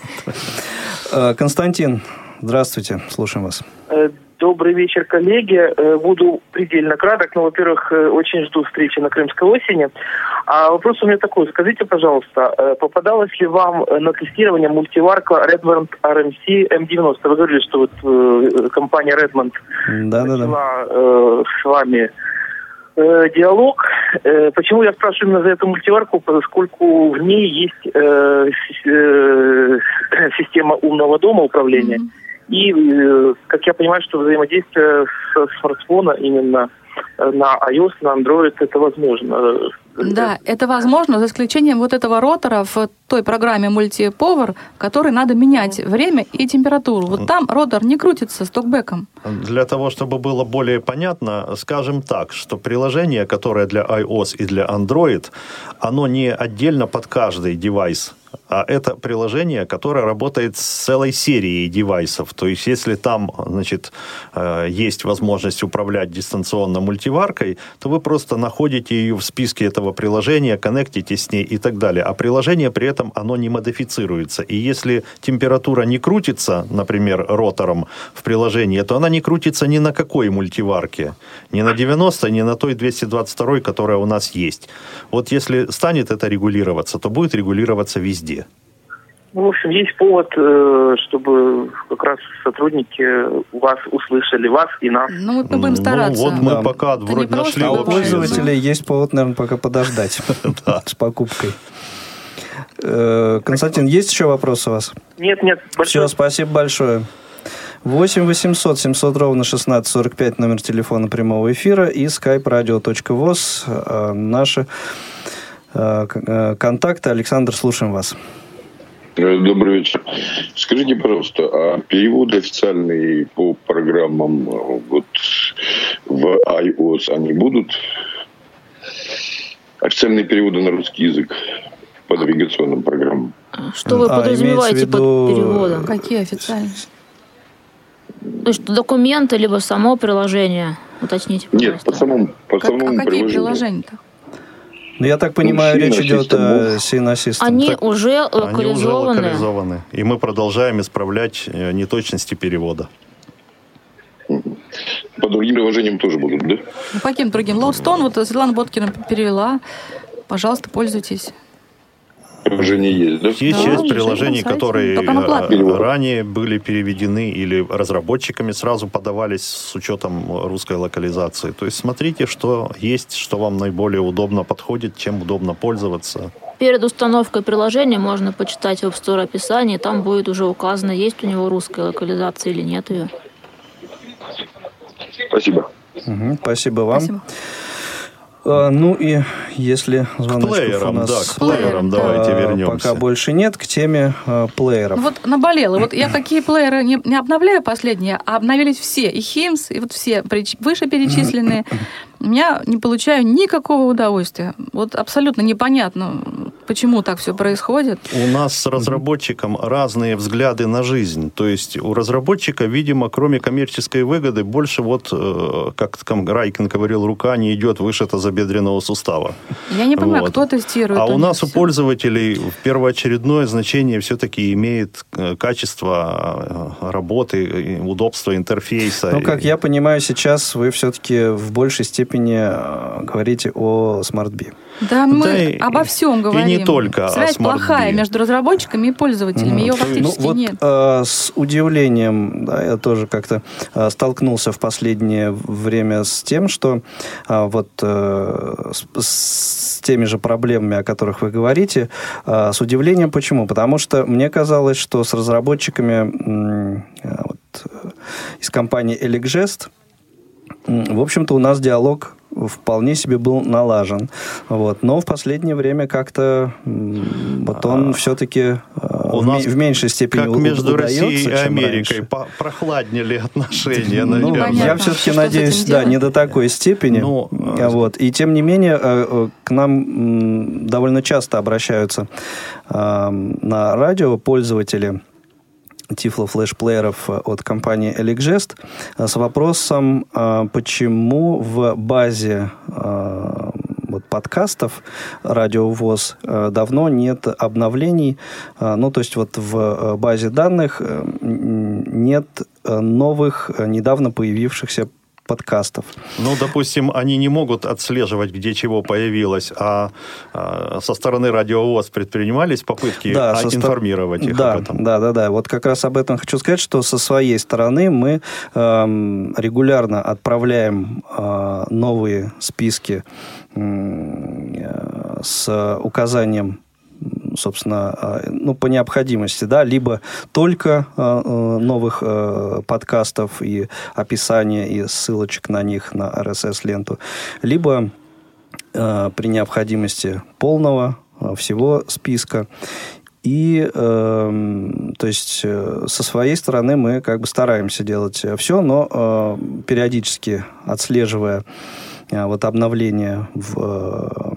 Константин, здравствуйте, слушаем вас. Добрый вечер, коллеги. Буду предельно краток. Ну, во-первых, очень жду встречи на Крымской осени. А вопрос у меня такой. Скажите, пожалуйста, попадалась ли вам на тестирование мультиварка Redmond ар эм си эм девяносто? Вы говорили, что вот э, компания Redmond да, начала да, да. Э, с вами э, диалог. Э, почему я спрашиваю именно за эту мультиварку? Поскольку в ней есть э, э, система умного дома управления. Mm-hmm. И, как я понимаю, что взаимодействие с смартфона именно на iOS, на Android это возможно. Да, это возможно, за исключением вот этого ротора в той программе MultiPower, в которой надо менять время и температуру. Вот там ротор не крутится с токбеком. Для того, чтобы было более понятно, скажем так, что приложение, которое для iOS и для Android, оно не отдельно под каждый девайс, а это приложение, которое работает с целой серией девайсов. То есть, если там, значит, есть возможность управлять дистанционно мультиваркой, то вы просто находите ее в списке этого приложения, коннектите с ней и так далее. А приложение при этом, оно не модифицируется. И если температура не крутится, например, ротором в приложении, то она не крутится ни на какой мультиварке. Ни на девяносто, ни на той двести двадцать два, которая у нас есть. Вот если станет это регулироваться, то будет регулироваться везде. Ну, в общем, есть повод, чтобы как раз сотрудники вас услышали, вас и нас. Ну, мы будем стараться. Ну, вот мы да. пока это вроде нашли. А у пользователей есть повод, наверное, пока подождать с покупкой. Константин, есть еще вопросы у вас? Нет, нет. Все, спасибо большое. восемь восемьсот семьсот ровно шестнадцать сорок пять номер телефона прямого эфира и skype radio точка voz наши контакты. Александр, слушаем вас. Добрый вечер. Скажите, пожалуйста, а переводы официальные по программам вот в iOS, они будут? Официальные переводы на русский язык по навигационным программам. Что вы подразумеваете а, виду... под переводом? Какие официальные? То есть документы, либо само приложение? Уточните, пожалуйста. Нет, по самому, по как, самому а какие приложению. приложения-то? Ну, я так понимаю, ну, речь идет о Sync Assistant. Они так, уже локализованы. Они уже локализованы. И мы продолжаем исправлять неточности перевода. По другим приложениям тоже будут, да? Ну, по каким другим? Lowstone, вот Светлана Боткина перевела. Пожалуйста, пользуйтесь. Приложения есть, да? Есть да, часть приложений, которые ранее ранее были переведены или разработчиками сразу подавались с учетом русской локализации. То есть смотрите, что есть, что вам наиболее удобно подходит, чем удобно пользоваться. Перед установкой приложения можно почитать в App Store описание, там будет уже указано, есть у него русская локализация или нет ее. Спасибо. Угу, спасибо вам. Спасибо. А, ну и если звоночков плеерам, у нас да, к плеерам давайте а, вернемся. Пока больше нет, к теме а, плееров. Вот наболело. Вот я какие плееры не, не обновляю последние, а обновились все. И Химс, и вот все вышеперечисленные. Я не получаю никакого удовольствия. Вот абсолютно непонятно. почему так все происходит. У нас с разработчиком mm-hmm. разные взгляды на жизнь. То есть у разработчика, видимо, кроме коммерческой выгоды, больше вот, как там Райкин говорил, рука не идет выше тазобедренного сустава. Я не понимаю, вот. Кто тестирует? А у нас все? У пользователей первоочередное значение все-таки имеет качество работы, удобство интерфейса. Ну, как я понимаю, сейчас вы все-таки в большей степени говорите о SmartBee. Да, мы да и, обо всем говорим. И не только Связь о плохая между разработчиками и пользователями. Ее фактически ну, вот, нет. Э, с удивлением, да, я тоже как-то э, столкнулся в последнее время с тем, что э, вот э, с, с теми же проблемами, о которых вы говорите, э, с удивлением. Почему? Потому что мне казалось, что с разработчиками э, вот, э, из компании Eligest, э, в общем-то, у нас диалог вполне себе был налажен. Вот. Но в последнее время как-то вот он а, все-таки у в, нас в меньшей степени как между удается, Россией и Америкой раньше. Прохладнели отношения, ну, наверное. Я все-таки что надеюсь, да, не до такой степени. Ну, вот. И тем не менее, к нам довольно часто обращаются на радио пользователи тифло-флешплееров от компании Eligest с вопросом, почему в базе вот, подкастов Радио ВОС давно нет обновлений, ну, то есть вот в базе данных нет новых, недавно появившихся подкастов. Ну, допустим, они не могут отслеживать, где чего появилось, а, а со стороны Радио ВОС предпринимались попытки да, а, информировать ст... их да, об этом. Да, да, да. Вот как раз об этом хочу сказать, что со своей стороны мы э, регулярно отправляем э, новые списки э, с указанием, собственно, ну, по необходимости, да, либо только э, новых э, подкастов и описания, и ссылочек на них, на эр эс эс-ленту, либо э, при необходимости полного э, всего списка. И, э, то есть, э, со своей стороны мы как бы стараемся делать все, но э, периодически отслеживая э, вот обновления в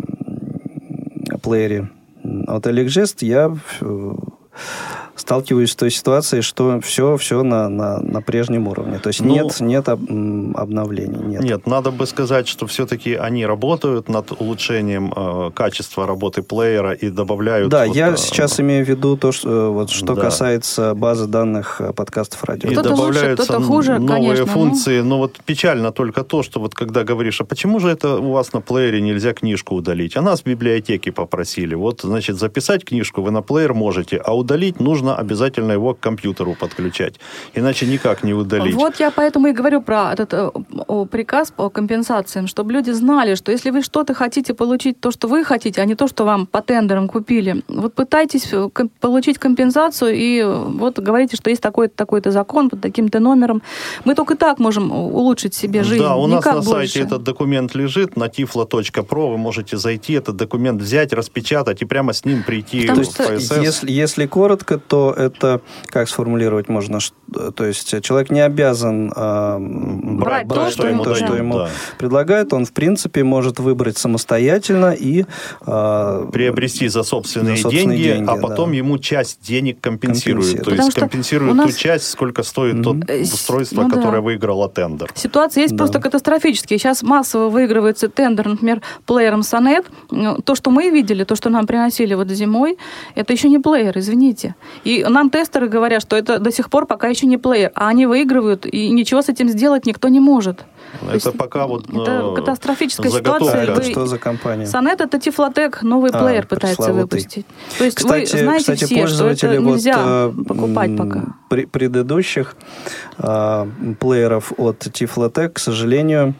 э, плеере от Eligest, я сталкиваюсь с той ситуацией, что все, все на, на, на прежнем уровне. То есть ну, нет, нет об, обновлений. Нет. нет, надо бы сказать, что все-таки они работают над улучшением э, качества работы плеера и добавляют... Да, вот, я э, сейчас имею в виду то, что, вот, что да. касается базы данных подкастов радио. И кто-то добавляются лучше, кто-то хуже, новые конечно, функции. Но... но вот печально только то, что вот когда говоришь, а почему же это у вас на плеере нельзя книжку удалить? А нас в библиотеке попросили. Вот, значит, записать книжку вы на плеер можете, а удалить нужно обязательно его к компьютеру подключать. Иначе никак не удалить. Вот я поэтому и говорю про этот о, приказ по компенсациям, чтобы люди знали, что если вы что-то хотите получить, то, что вы хотите, а не то, что вам по тендерам купили, вот пытайтесь получить компенсацию и вот говорите, что есть такой-то, такой-то закон под таким-то номером. Мы только так можем улучшить себе жизнь. Да, у нас Никак на больше. сайте этот документ лежит, на tiflo точка про, вы можете зайти, этот документ взять, распечатать и прямо с ним прийти Потому в пэ эс эс. Если, если коротко, то это, как сформулировать можно, то есть человек не обязан э, брать, брать то, что ему, то, что ему да. предлагают, он, в принципе, может выбрать самостоятельно и... Э, приобрести за собственные, за собственные деньги, деньги, а потом да. ему часть денег компенсируют. То есть компенсируют нас... ту часть, сколько стоит mm-hmm. то устройство, ну, которое да. выиграло тендер. Ситуация есть да. просто катастрофические. Сейчас массово выигрывается тендер, например, плеером Sonet. То, что мы видели, то, что нам приносили вот зимой, это еще не плеер, извините. И нам тестеры говорят, что это до сих пор пока еще не плеер, а они выигрывают, и ничего с этим сделать никто не может. Это есть, пока вот это катастрофическая заготовка. ситуация. Вы... Что за компания? Sonet — это Тифлотек, новый а, плеер пытается выпустить. То есть кстати, вы знаете кстати, все, что это вот, нельзя покупать пока. При, предыдущих э, плееров от Тифлотек, к сожалению,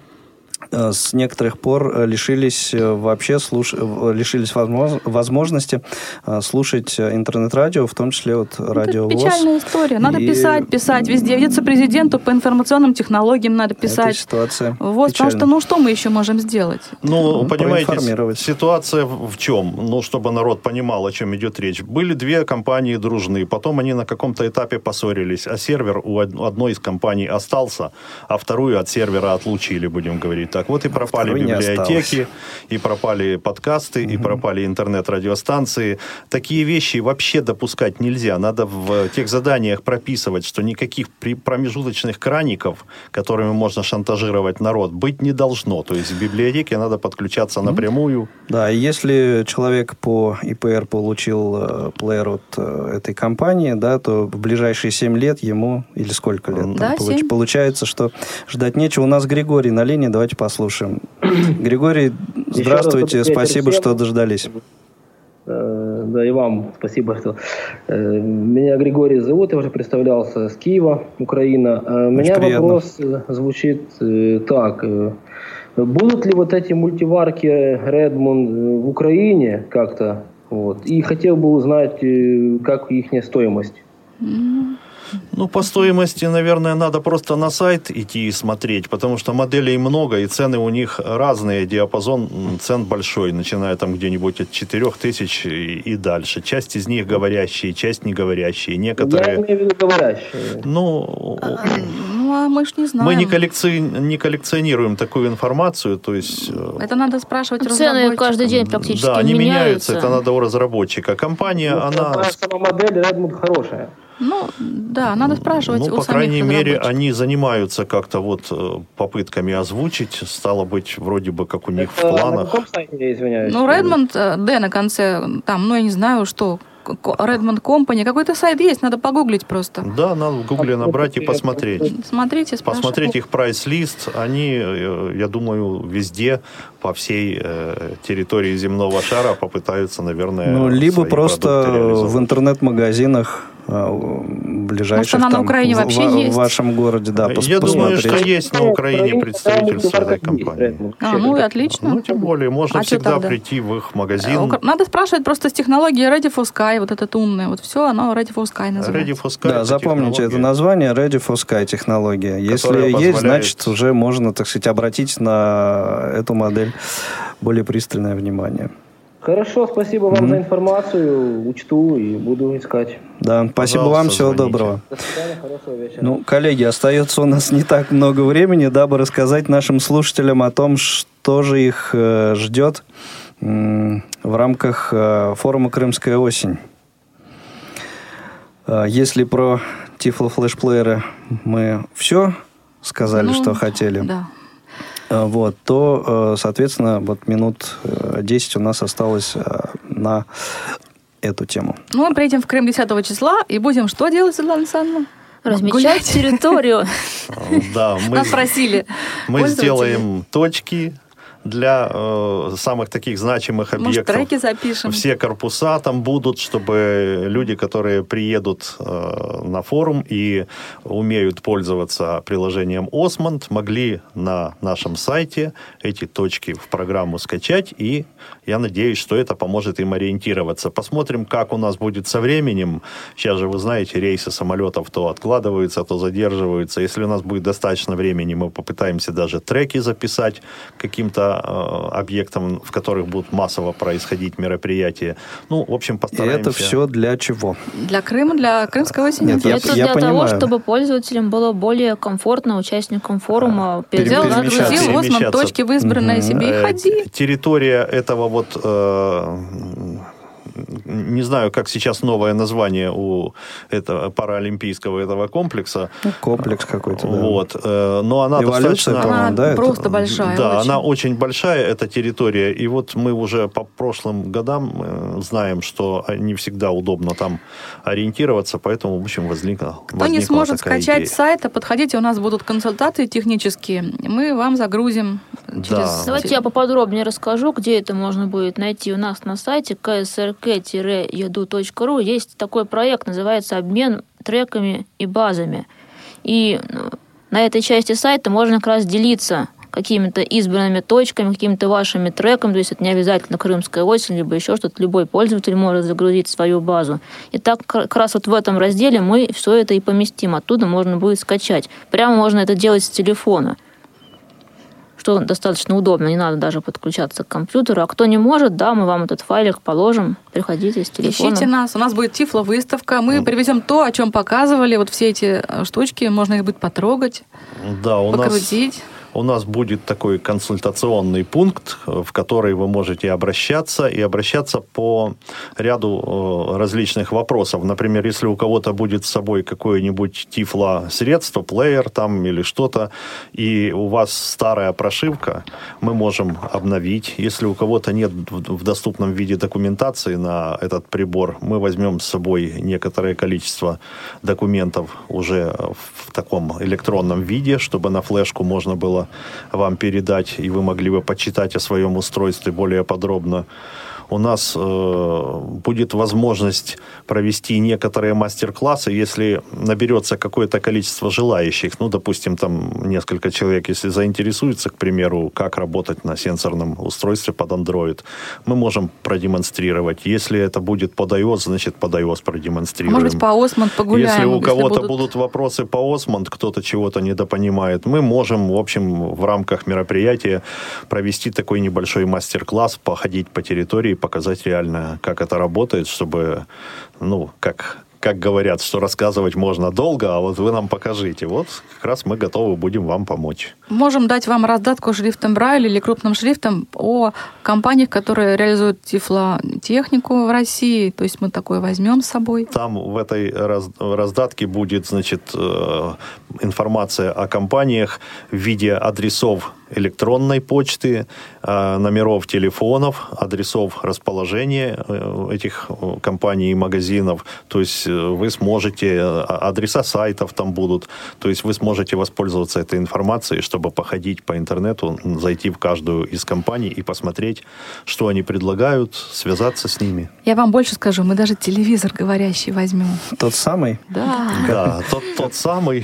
с некоторых пор лишились вообще слуш... лишились возможности слушать интернет-радио, в том числе вот радио ВОС. Это печальная история. Надо и... писать, писать везде. Вице-президенту по информационным технологиям надо писать. Это ситуация вот, потому что, ну, что мы еще можем сделать? Ну, ну понимаете, ситуация в чем? Ну, чтобы народ понимал, о чем идет речь. Были две компании дружны, потом они на каком-то этапе поссорились, а сервер у одной из компаний остался, а вторую от сервера отлучили, будем говорить так. Вот и пропали библиотеки, и пропали подкасты, угу. и пропали интернет-радиостанции. Такие вещи вообще допускать нельзя. Надо в тех заданиях прописывать, что никаких промежуточных краников, которыми можно шантажировать народ, быть не должно. То есть в библиотеке надо подключаться угу. напрямую. Да, и если человек по и пэ эр получил э, плеер от э, этой компании, да, то в ближайшие семь лет ему, или сколько лет, да, там, получ, получается, что ждать нечего. У нас Григорий на линии, давайте послушаем. Григорий, здравствуйте, спасибо, что дождались. Да, и вам спасибо, что... Меня Григорий зовут, я уже представлялся, с Киева, Украина. У меня приятно. Вопрос звучит так. Будут ли вот эти мультиварки Redmond в Украине как-то? Вот. И хотел бы узнать, как их стоимость. Ну, по стоимости, наверное, надо просто на сайт идти и смотреть, потому что моделей много, и цены у них разные, диапазон цен большой, начиная там где-нибудь от четырех тысяч и, и дальше. Часть из них говорящие, часть не говорящие. Некоторые... Я имею в виду говорящие. Ну, а, ну а мы ж не знаем. Мы не, коллекци... не коллекционируем такую информацию, то есть... Это надо спрашивать разработчиков. Цены каждый день практически да, они меняются. меняются, это надо у разработчика. Компания, ну, она... Сама модель Redmond хорошая. Ну, да, надо спрашивать ну, у по самих крайней мере, они занимаются как-то вот попытками озвучить. Стало быть, вроде бы, как у них это в планах. На каком сайте, я извиняюсь? Ну, Redmond, Д на конце, там, ну, я не знаю, что... Redmond Company. Какой-то сайт есть, надо погуглить просто. Да, надо в гугле набрать и посмотреть. Смотрите, спрашивайте. Посмотреть их прайс-лист. Они, я думаю, везде, по всей э, территории земного шара попытаются, наверное, ну, либо просто в интернет-магазинах ближайших, там, на Украине в, вообще в, есть? в вашем городе, да, пос, я посмотреть. думаю, что есть на Украине представительство этой компании. А, ну и отлично. Ну, тем более, можно а всегда прийти в их магазин. Надо спрашивать просто с технологией Ready for Sky, вот это умное, вот все, оно Ready for Sky называется. Ready for Sky, да, запомните это название, Ready for Sky технология. Если позволяет... есть, значит, уже можно, так сказать, обратить на эту модель более пристальное внимание. Хорошо, спасибо вам mm-hmm. за информацию, учту и буду искать. Да, спасибо Пожалуйста, вам, всего звоните. доброго. До свидания, хорошего вечера. Ну, коллеги, остается у нас не так много времени, дабы рассказать нашим слушателям о том, что же их э, ждет э, в рамках э, форума «Крымская осень». Э, если про тифло-флешплееры мы все сказали, ну, что хотели. Да. Вот, то, соответственно, вот минут десять у нас осталось на эту тему. Ну, мы приедем в Крым десятого числа и будем что делать, Светлана Александровна? Размечать территорию. Да, мы... Нас просили. Мы сделаем точки для э, самых таких значимых объектов. Может, треки запишем. Все корпуса там будут, чтобы люди, которые приедут э, на форум и умеют пользоваться приложением Osmond, могли на нашем сайте эти точки в программу скачать, и я надеюсь, что это поможет им ориентироваться. Посмотрим, как у нас будет со временем. Сейчас же, вы знаете, рейсы самолетов то откладываются, то задерживаются. Если у нас будет достаточно времени, мы попытаемся даже треки записать каким-то объектам, в которых будут массово происходить мероприятия. Ну, в общем, постараемся... И это все для чего? Для Крыма, для Крымской осени. Нет, я, это я для понимаю. того, чтобы пользователям было более комфортно, участникам форума. А, Взял, загрузил, вот нам точки в избранное себе и ходи. Территория этого вот... Э, не знаю, как сейчас новое название у этого паралимпийского этого комплекса. Ну, комплекс какой-то, да. Вот. Но она Эволюция, достаточно... Она да, просто это... большая. Да, очень. она очень большая, эта территория. И вот мы уже по прошлым годам знаем, что не всегда удобно там ориентироваться, поэтому, в общем, возникла Кто не сможет скачать идея. с сайта, подходите, у нас будут консультации технические, мы вам загрузим через... Да. Давайте я поподробнее расскажу, где это можно будет найти. У нас на сайте ка эс эр ка и ю ду точка ру есть такой проект, называется «Обмен треками и базами». И на этой части сайта можно как раз делиться какими-то избранными точками, какими-то вашими треками, то есть это не обязательно Крымская осень, либо еще что-то, любой пользователь может загрузить свою базу. И так как раз вот в этом разделе мы все это и поместим, оттуда можно будет скачать. Прямо можно это делать с телефона, что достаточно удобно, не надо даже подключаться к компьютеру. А кто не может, да, мы вам этот файлик положим, приходите с телефона. Ищите нас, у нас будет тифло-выставка, мы привезем то, о чем показывали, вот все эти штучки, можно их будет потрогать, да, у покрутить. Нас... у нас будет такой консультационный пункт, в который вы можете обращаться, и обращаться по ряду различных вопросов. Например, если у кого-то будет с собой какое-нибудь тифло-средство, плеер там или что-то, и у вас старая прошивка, мы можем обновить. Если у кого-то нет в доступном виде документации на этот прибор, мы возьмем с собой некоторое количество документов уже в таком электронном виде, чтобы на флешку можно было вам передать, и вы могли бы почитать о своем устройстве более подробно. У нас э, будет возможность провести некоторые мастер-классы, если наберется какое-то количество желающих. Ну, допустим, там несколько человек, если заинтересуются, к примеру, как работать на сенсорном устройстве под Android, мы можем продемонстрировать. Если это будет под iOS, значит, под iOS продемонстрируем. Может быть, по Osmond погуляем. Если у кого-то будут... будут вопросы по Osmond, кто-то чего-то недопонимает, мы можем, в общем, в рамках мероприятия провести такой небольшой мастер-класс, походить по территории, показать реально, как это работает, чтобы, ну, как, как говорят, что рассказывать можно долго, а вот вы нам покажите. Вот как раз мы готовы будем вам помочь. Можем дать вам раздатку шрифтом Брайля или крупным шрифтом о компаниях, которые реализуют тифлотехнику в России. То есть мы такое возьмем с собой. Там в этой раздатке будет, значит, информация о компаниях в виде адресов электронной почты, номеров телефонов, адресов расположения этих компаний и магазинов. То есть вы сможете, адреса сайтов там будут, то есть вы сможете воспользоваться этой информацией, чтобы походить по интернету, зайти в каждую из компаний и посмотреть, что они предлагают, связаться с ними. Я вам больше скажу, мы даже телевизор говорящий возьмем. Тот самый? Да. Да, тот, тот самый,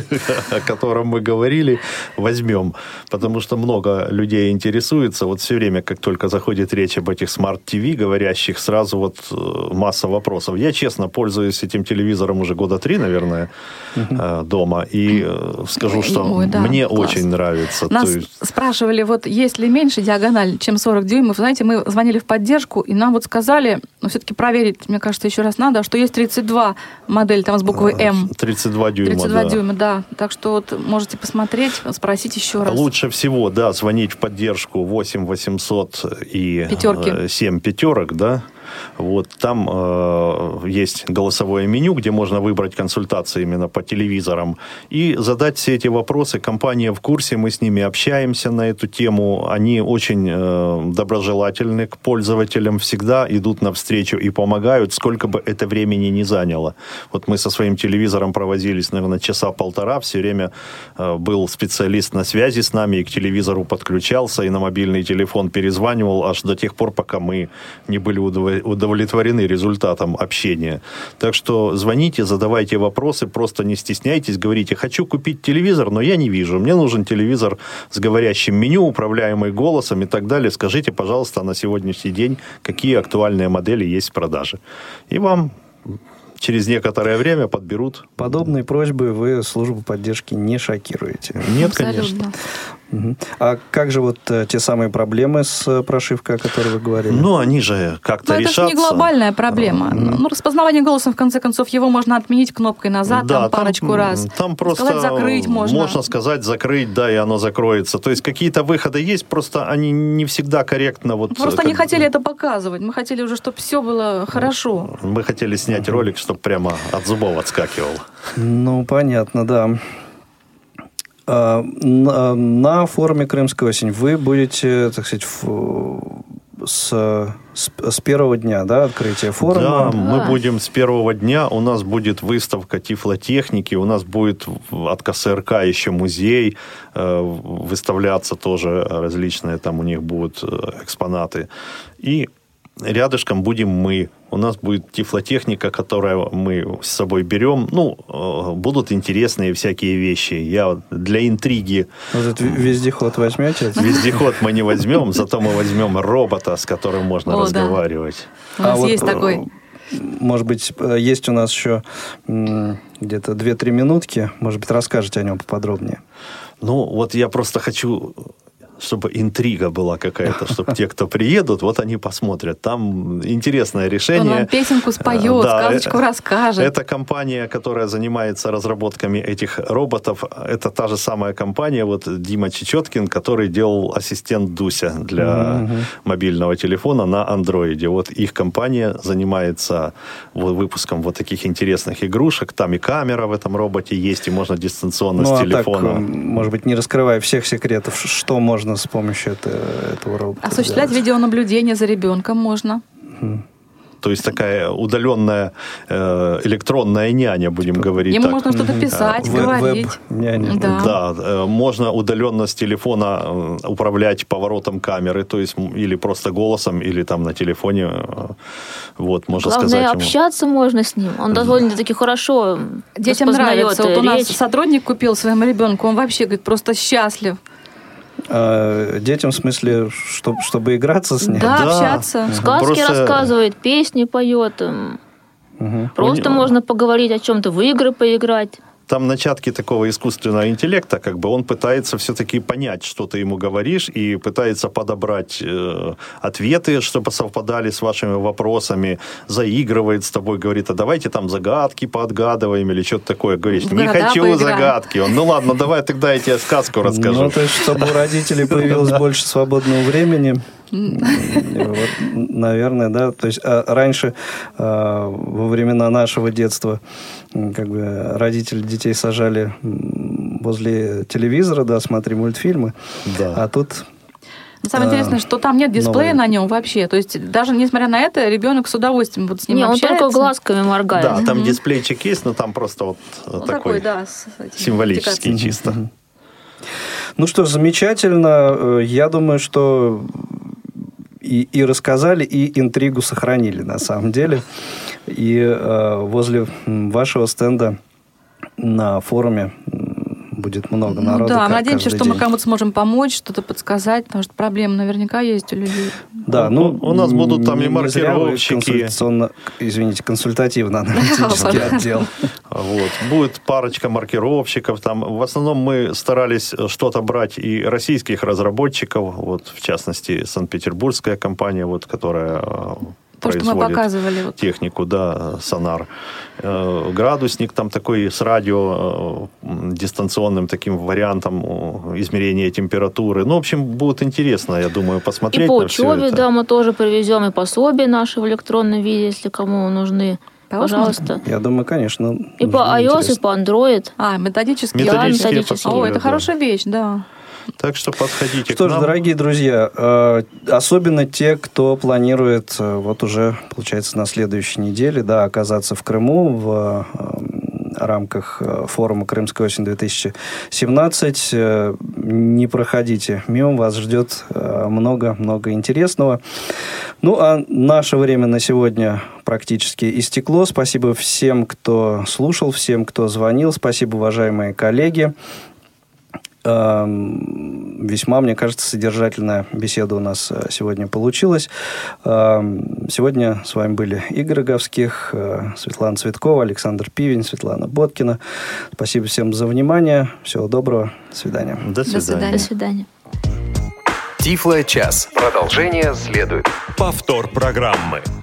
о котором мы говорили, возьмем. Потому что много людей интересуется. Вот все время, как только заходит речь об этих смарт-ТВ говорящих, сразу вот масса вопросов. Я, честно, пользуюсь этим телевизором уже года три, наверное, uh-huh. дома. И скажу, что Ой, да, мне класс. Очень нравится. Нас То есть... спрашивали, вот есть ли меньше диагональ, чем сорок дюймов. Знаете, мы звонили в поддержку, и нам вот сказали, но все-таки проверить, мне кажется, еще раз надо, что есть тридцать два модель, там с буквой М. тридцать два дюйма, тридцать два да. дюйма, да. Так что вот можете посмотреть, спросить еще раз. Лучше всего, да, звонить в поддержку восемь восемьсот и Пятерки. семь пятерок, да. Вот, там э, есть голосовое меню, где можно выбрать консультации именно по телевизорам и задать все эти вопросы. Компания в курсе, мы с ними общаемся на эту тему. Они очень э, доброжелательны к пользователям, всегда идут навстречу и помогают, сколько бы это времени ни заняло. Вот мы со своим телевизором провозились, наверное, часа полтора. Все время э, был специалист на связи с нами и к телевизору подключался, и на мобильный телефон перезванивал аж до тех пор, пока мы не были удовлетворены удовлетворены результатом общения. Так что звоните, задавайте вопросы, просто не стесняйтесь, говорите, хочу купить телевизор, но я не вижу, мне нужен телевизор с говорящим меню, управляемый голосом и так далее. Скажите, пожалуйста, на сегодняшний день, какие актуальные модели есть в продаже. И вам через некоторое время подберут. Подобные просьбы вы службу поддержки не шокируете? Нет, Абсолютно. конечно. Угу. А как же вот э, те самые проблемы с прошивкой, о которой вы говорили? Ну, они же как-то Но решатся. Это же не глобальная проблема. Mm-hmm. Ну, распознавание голосом, в конце концов, его можно отменить кнопкой назад, да, там парочку там, раз. Там просто сказать закрыть можно. Можно сказать закрыть, да, и оно закроется. То есть какие-то выходы есть, просто они не всегда корректно. Вот, просто как... не хотели это показывать. Мы хотели уже, чтобы все было хорошо. Мы хотели снять mm-hmm. ролик, чтобы прямо от зубов отскакивал. Ну, понятно, да. На форуме «Крымская осень» вы будете, так сказать, с, с, с первого дня, да, открытия форума? Да, мы будем с первого дня. У нас будет выставка тифлотехники, у нас будет от ка эс эр ка еще музей выставляться тоже различные, там у них будут экспонаты. И рядышком будем мы. У нас будет тифлотехника, которую мы с собой берем. Ну, будут интересные всякие вещи. Я для интриги... Может, вездеход возьмете? Вездеход мы не возьмем, зато мы возьмем робота, с которым можно О, разговаривать. Да. У нас а есть вот, такой... Может быть, есть у нас еще где-то две-три минутки. Может быть, расскажете о нем поподробнее. Ну, вот я просто хочу... чтобы интрига была какая-то, чтобы те, кто приедут, вот они посмотрят. Там интересное решение. Он вам песенку споет, да, сказочку расскажет. Это компания, которая занимается разработками этих роботов. Это та же самая компания, вот Дима Чечеткин, который делал ассистент Дуся для mm-hmm. мобильного телефона на андроиде. Вот их компания занимается выпуском вот таких интересных игрушек. Там и камера в этом роботе есть, и можно дистанционно ну, с телефона. А так, может быть, не раскрывая всех секретов, что можно с помощью это, этого робота осуществлять сделать? Видеонаблюдение за ребенком можно. Mm. То есть такая удаленная э, электронная няня, будем говорить Ему так. можно что-то писать, mm-hmm. говорить. Веб-няня. Да. да, э, можно удаленно с телефона э, управлять поворотом камеры, то есть или просто голосом, или там на телефоне. Э, вот, можно Главное, сказать ему. Общаться можно с ним. Он довольно-таки хорошо детям нравится. Вот у нас сотрудник купил своему ребенку, он вообще, говорит, просто счастлив. А, детям, в смысле, чтобы, чтобы играться с ним? Да, да. общаться. Сказки просто... рассказывает, песни поет. Угу. Просто него... можно поговорить о чем-то, в игры поиграть. Там начатки такого искусственного интеллекта, как бы он пытается все-таки понять, что ты ему говоришь, и пытается подобрать э, ответы, чтобы совпадали с вашими вопросами, заигрывает с тобой, говорит, а давайте там загадки поотгадываем или что-то такое. Говоришь, не хочу поиграем. Загадки. Он, ну ладно, давай тогда я тебе сказку расскажу. Ну, то есть, чтобы у родителей появилось больше свободного времени... Вот, наверное, да. То есть а раньше, а, во времена нашего детства, как бы родители детей сажали возле телевизора, да, смотри мультфильмы, да. А тут... Самое а, интересное, что там нет дисплея новые. На нем вообще. То есть даже несмотря на это, ребенок с удовольствием вот с ним не, общается. Он только глазками моргает. Да, там mm-hmm. дисплейчик есть, но там просто вот, вот такой, такой да, символический чисто. Mm-hmm. Ну что ж, замечательно. Я думаю, что и, и рассказали, и интригу сохранили на самом деле. И э, возле вашего стенда на форуме будет много народу. Ну да, надеемся, что день. Мы кому-то сможем помочь, что-то подсказать, потому что проблемы наверняка есть у людей. Да, ну, у нас будут там и маркировщики. Извините, консультативно-аналитический отдел. Вот. Будет парочка маркировщиков. Там. В основном мы старались что-то брать и российских разработчиков, вот, в частности, Санкт-Петербургская компания, вот, которая... То, что мы показывали. Технику, да, сонар. Градусник там такой с радио, дистанционным таким вариантом измерения температуры. Ну, в общем, будет интересно, я думаю, посмотреть. И по учебе, да, мы тоже привезем, и пособия наши в электронном виде, если кому нужны. Пожалуйста. Я думаю, конечно. И по iOS, интересно. И по Android. А, методические. Методические, да, методические. О, это да. Хорошая вещь, да. Так что подходите что к нам. Что ж, дорогие друзья, особенно те, кто планирует вот уже, получается, на следующей неделе, да, оказаться в Крыму в рамках форума «Крымская осень-две тысячи семнадцать», не проходите мимо, вас ждет много-много интересного. Ну, а наше время на сегодня практически истекло. Спасибо всем, кто слушал, всем, кто звонил. Спасибо, уважаемые коллеги. Весьма, мне кажется, содержательная беседа у нас сегодня получилась. Сегодня с вами были Игорь Роговских, Светлана Цветкова, Александр Пивень, Светлана Боткина. Спасибо всем за внимание. Всего доброго. До свидания. До свидания. До свидания. Тифло час. Продолжение следует. Повтор программы.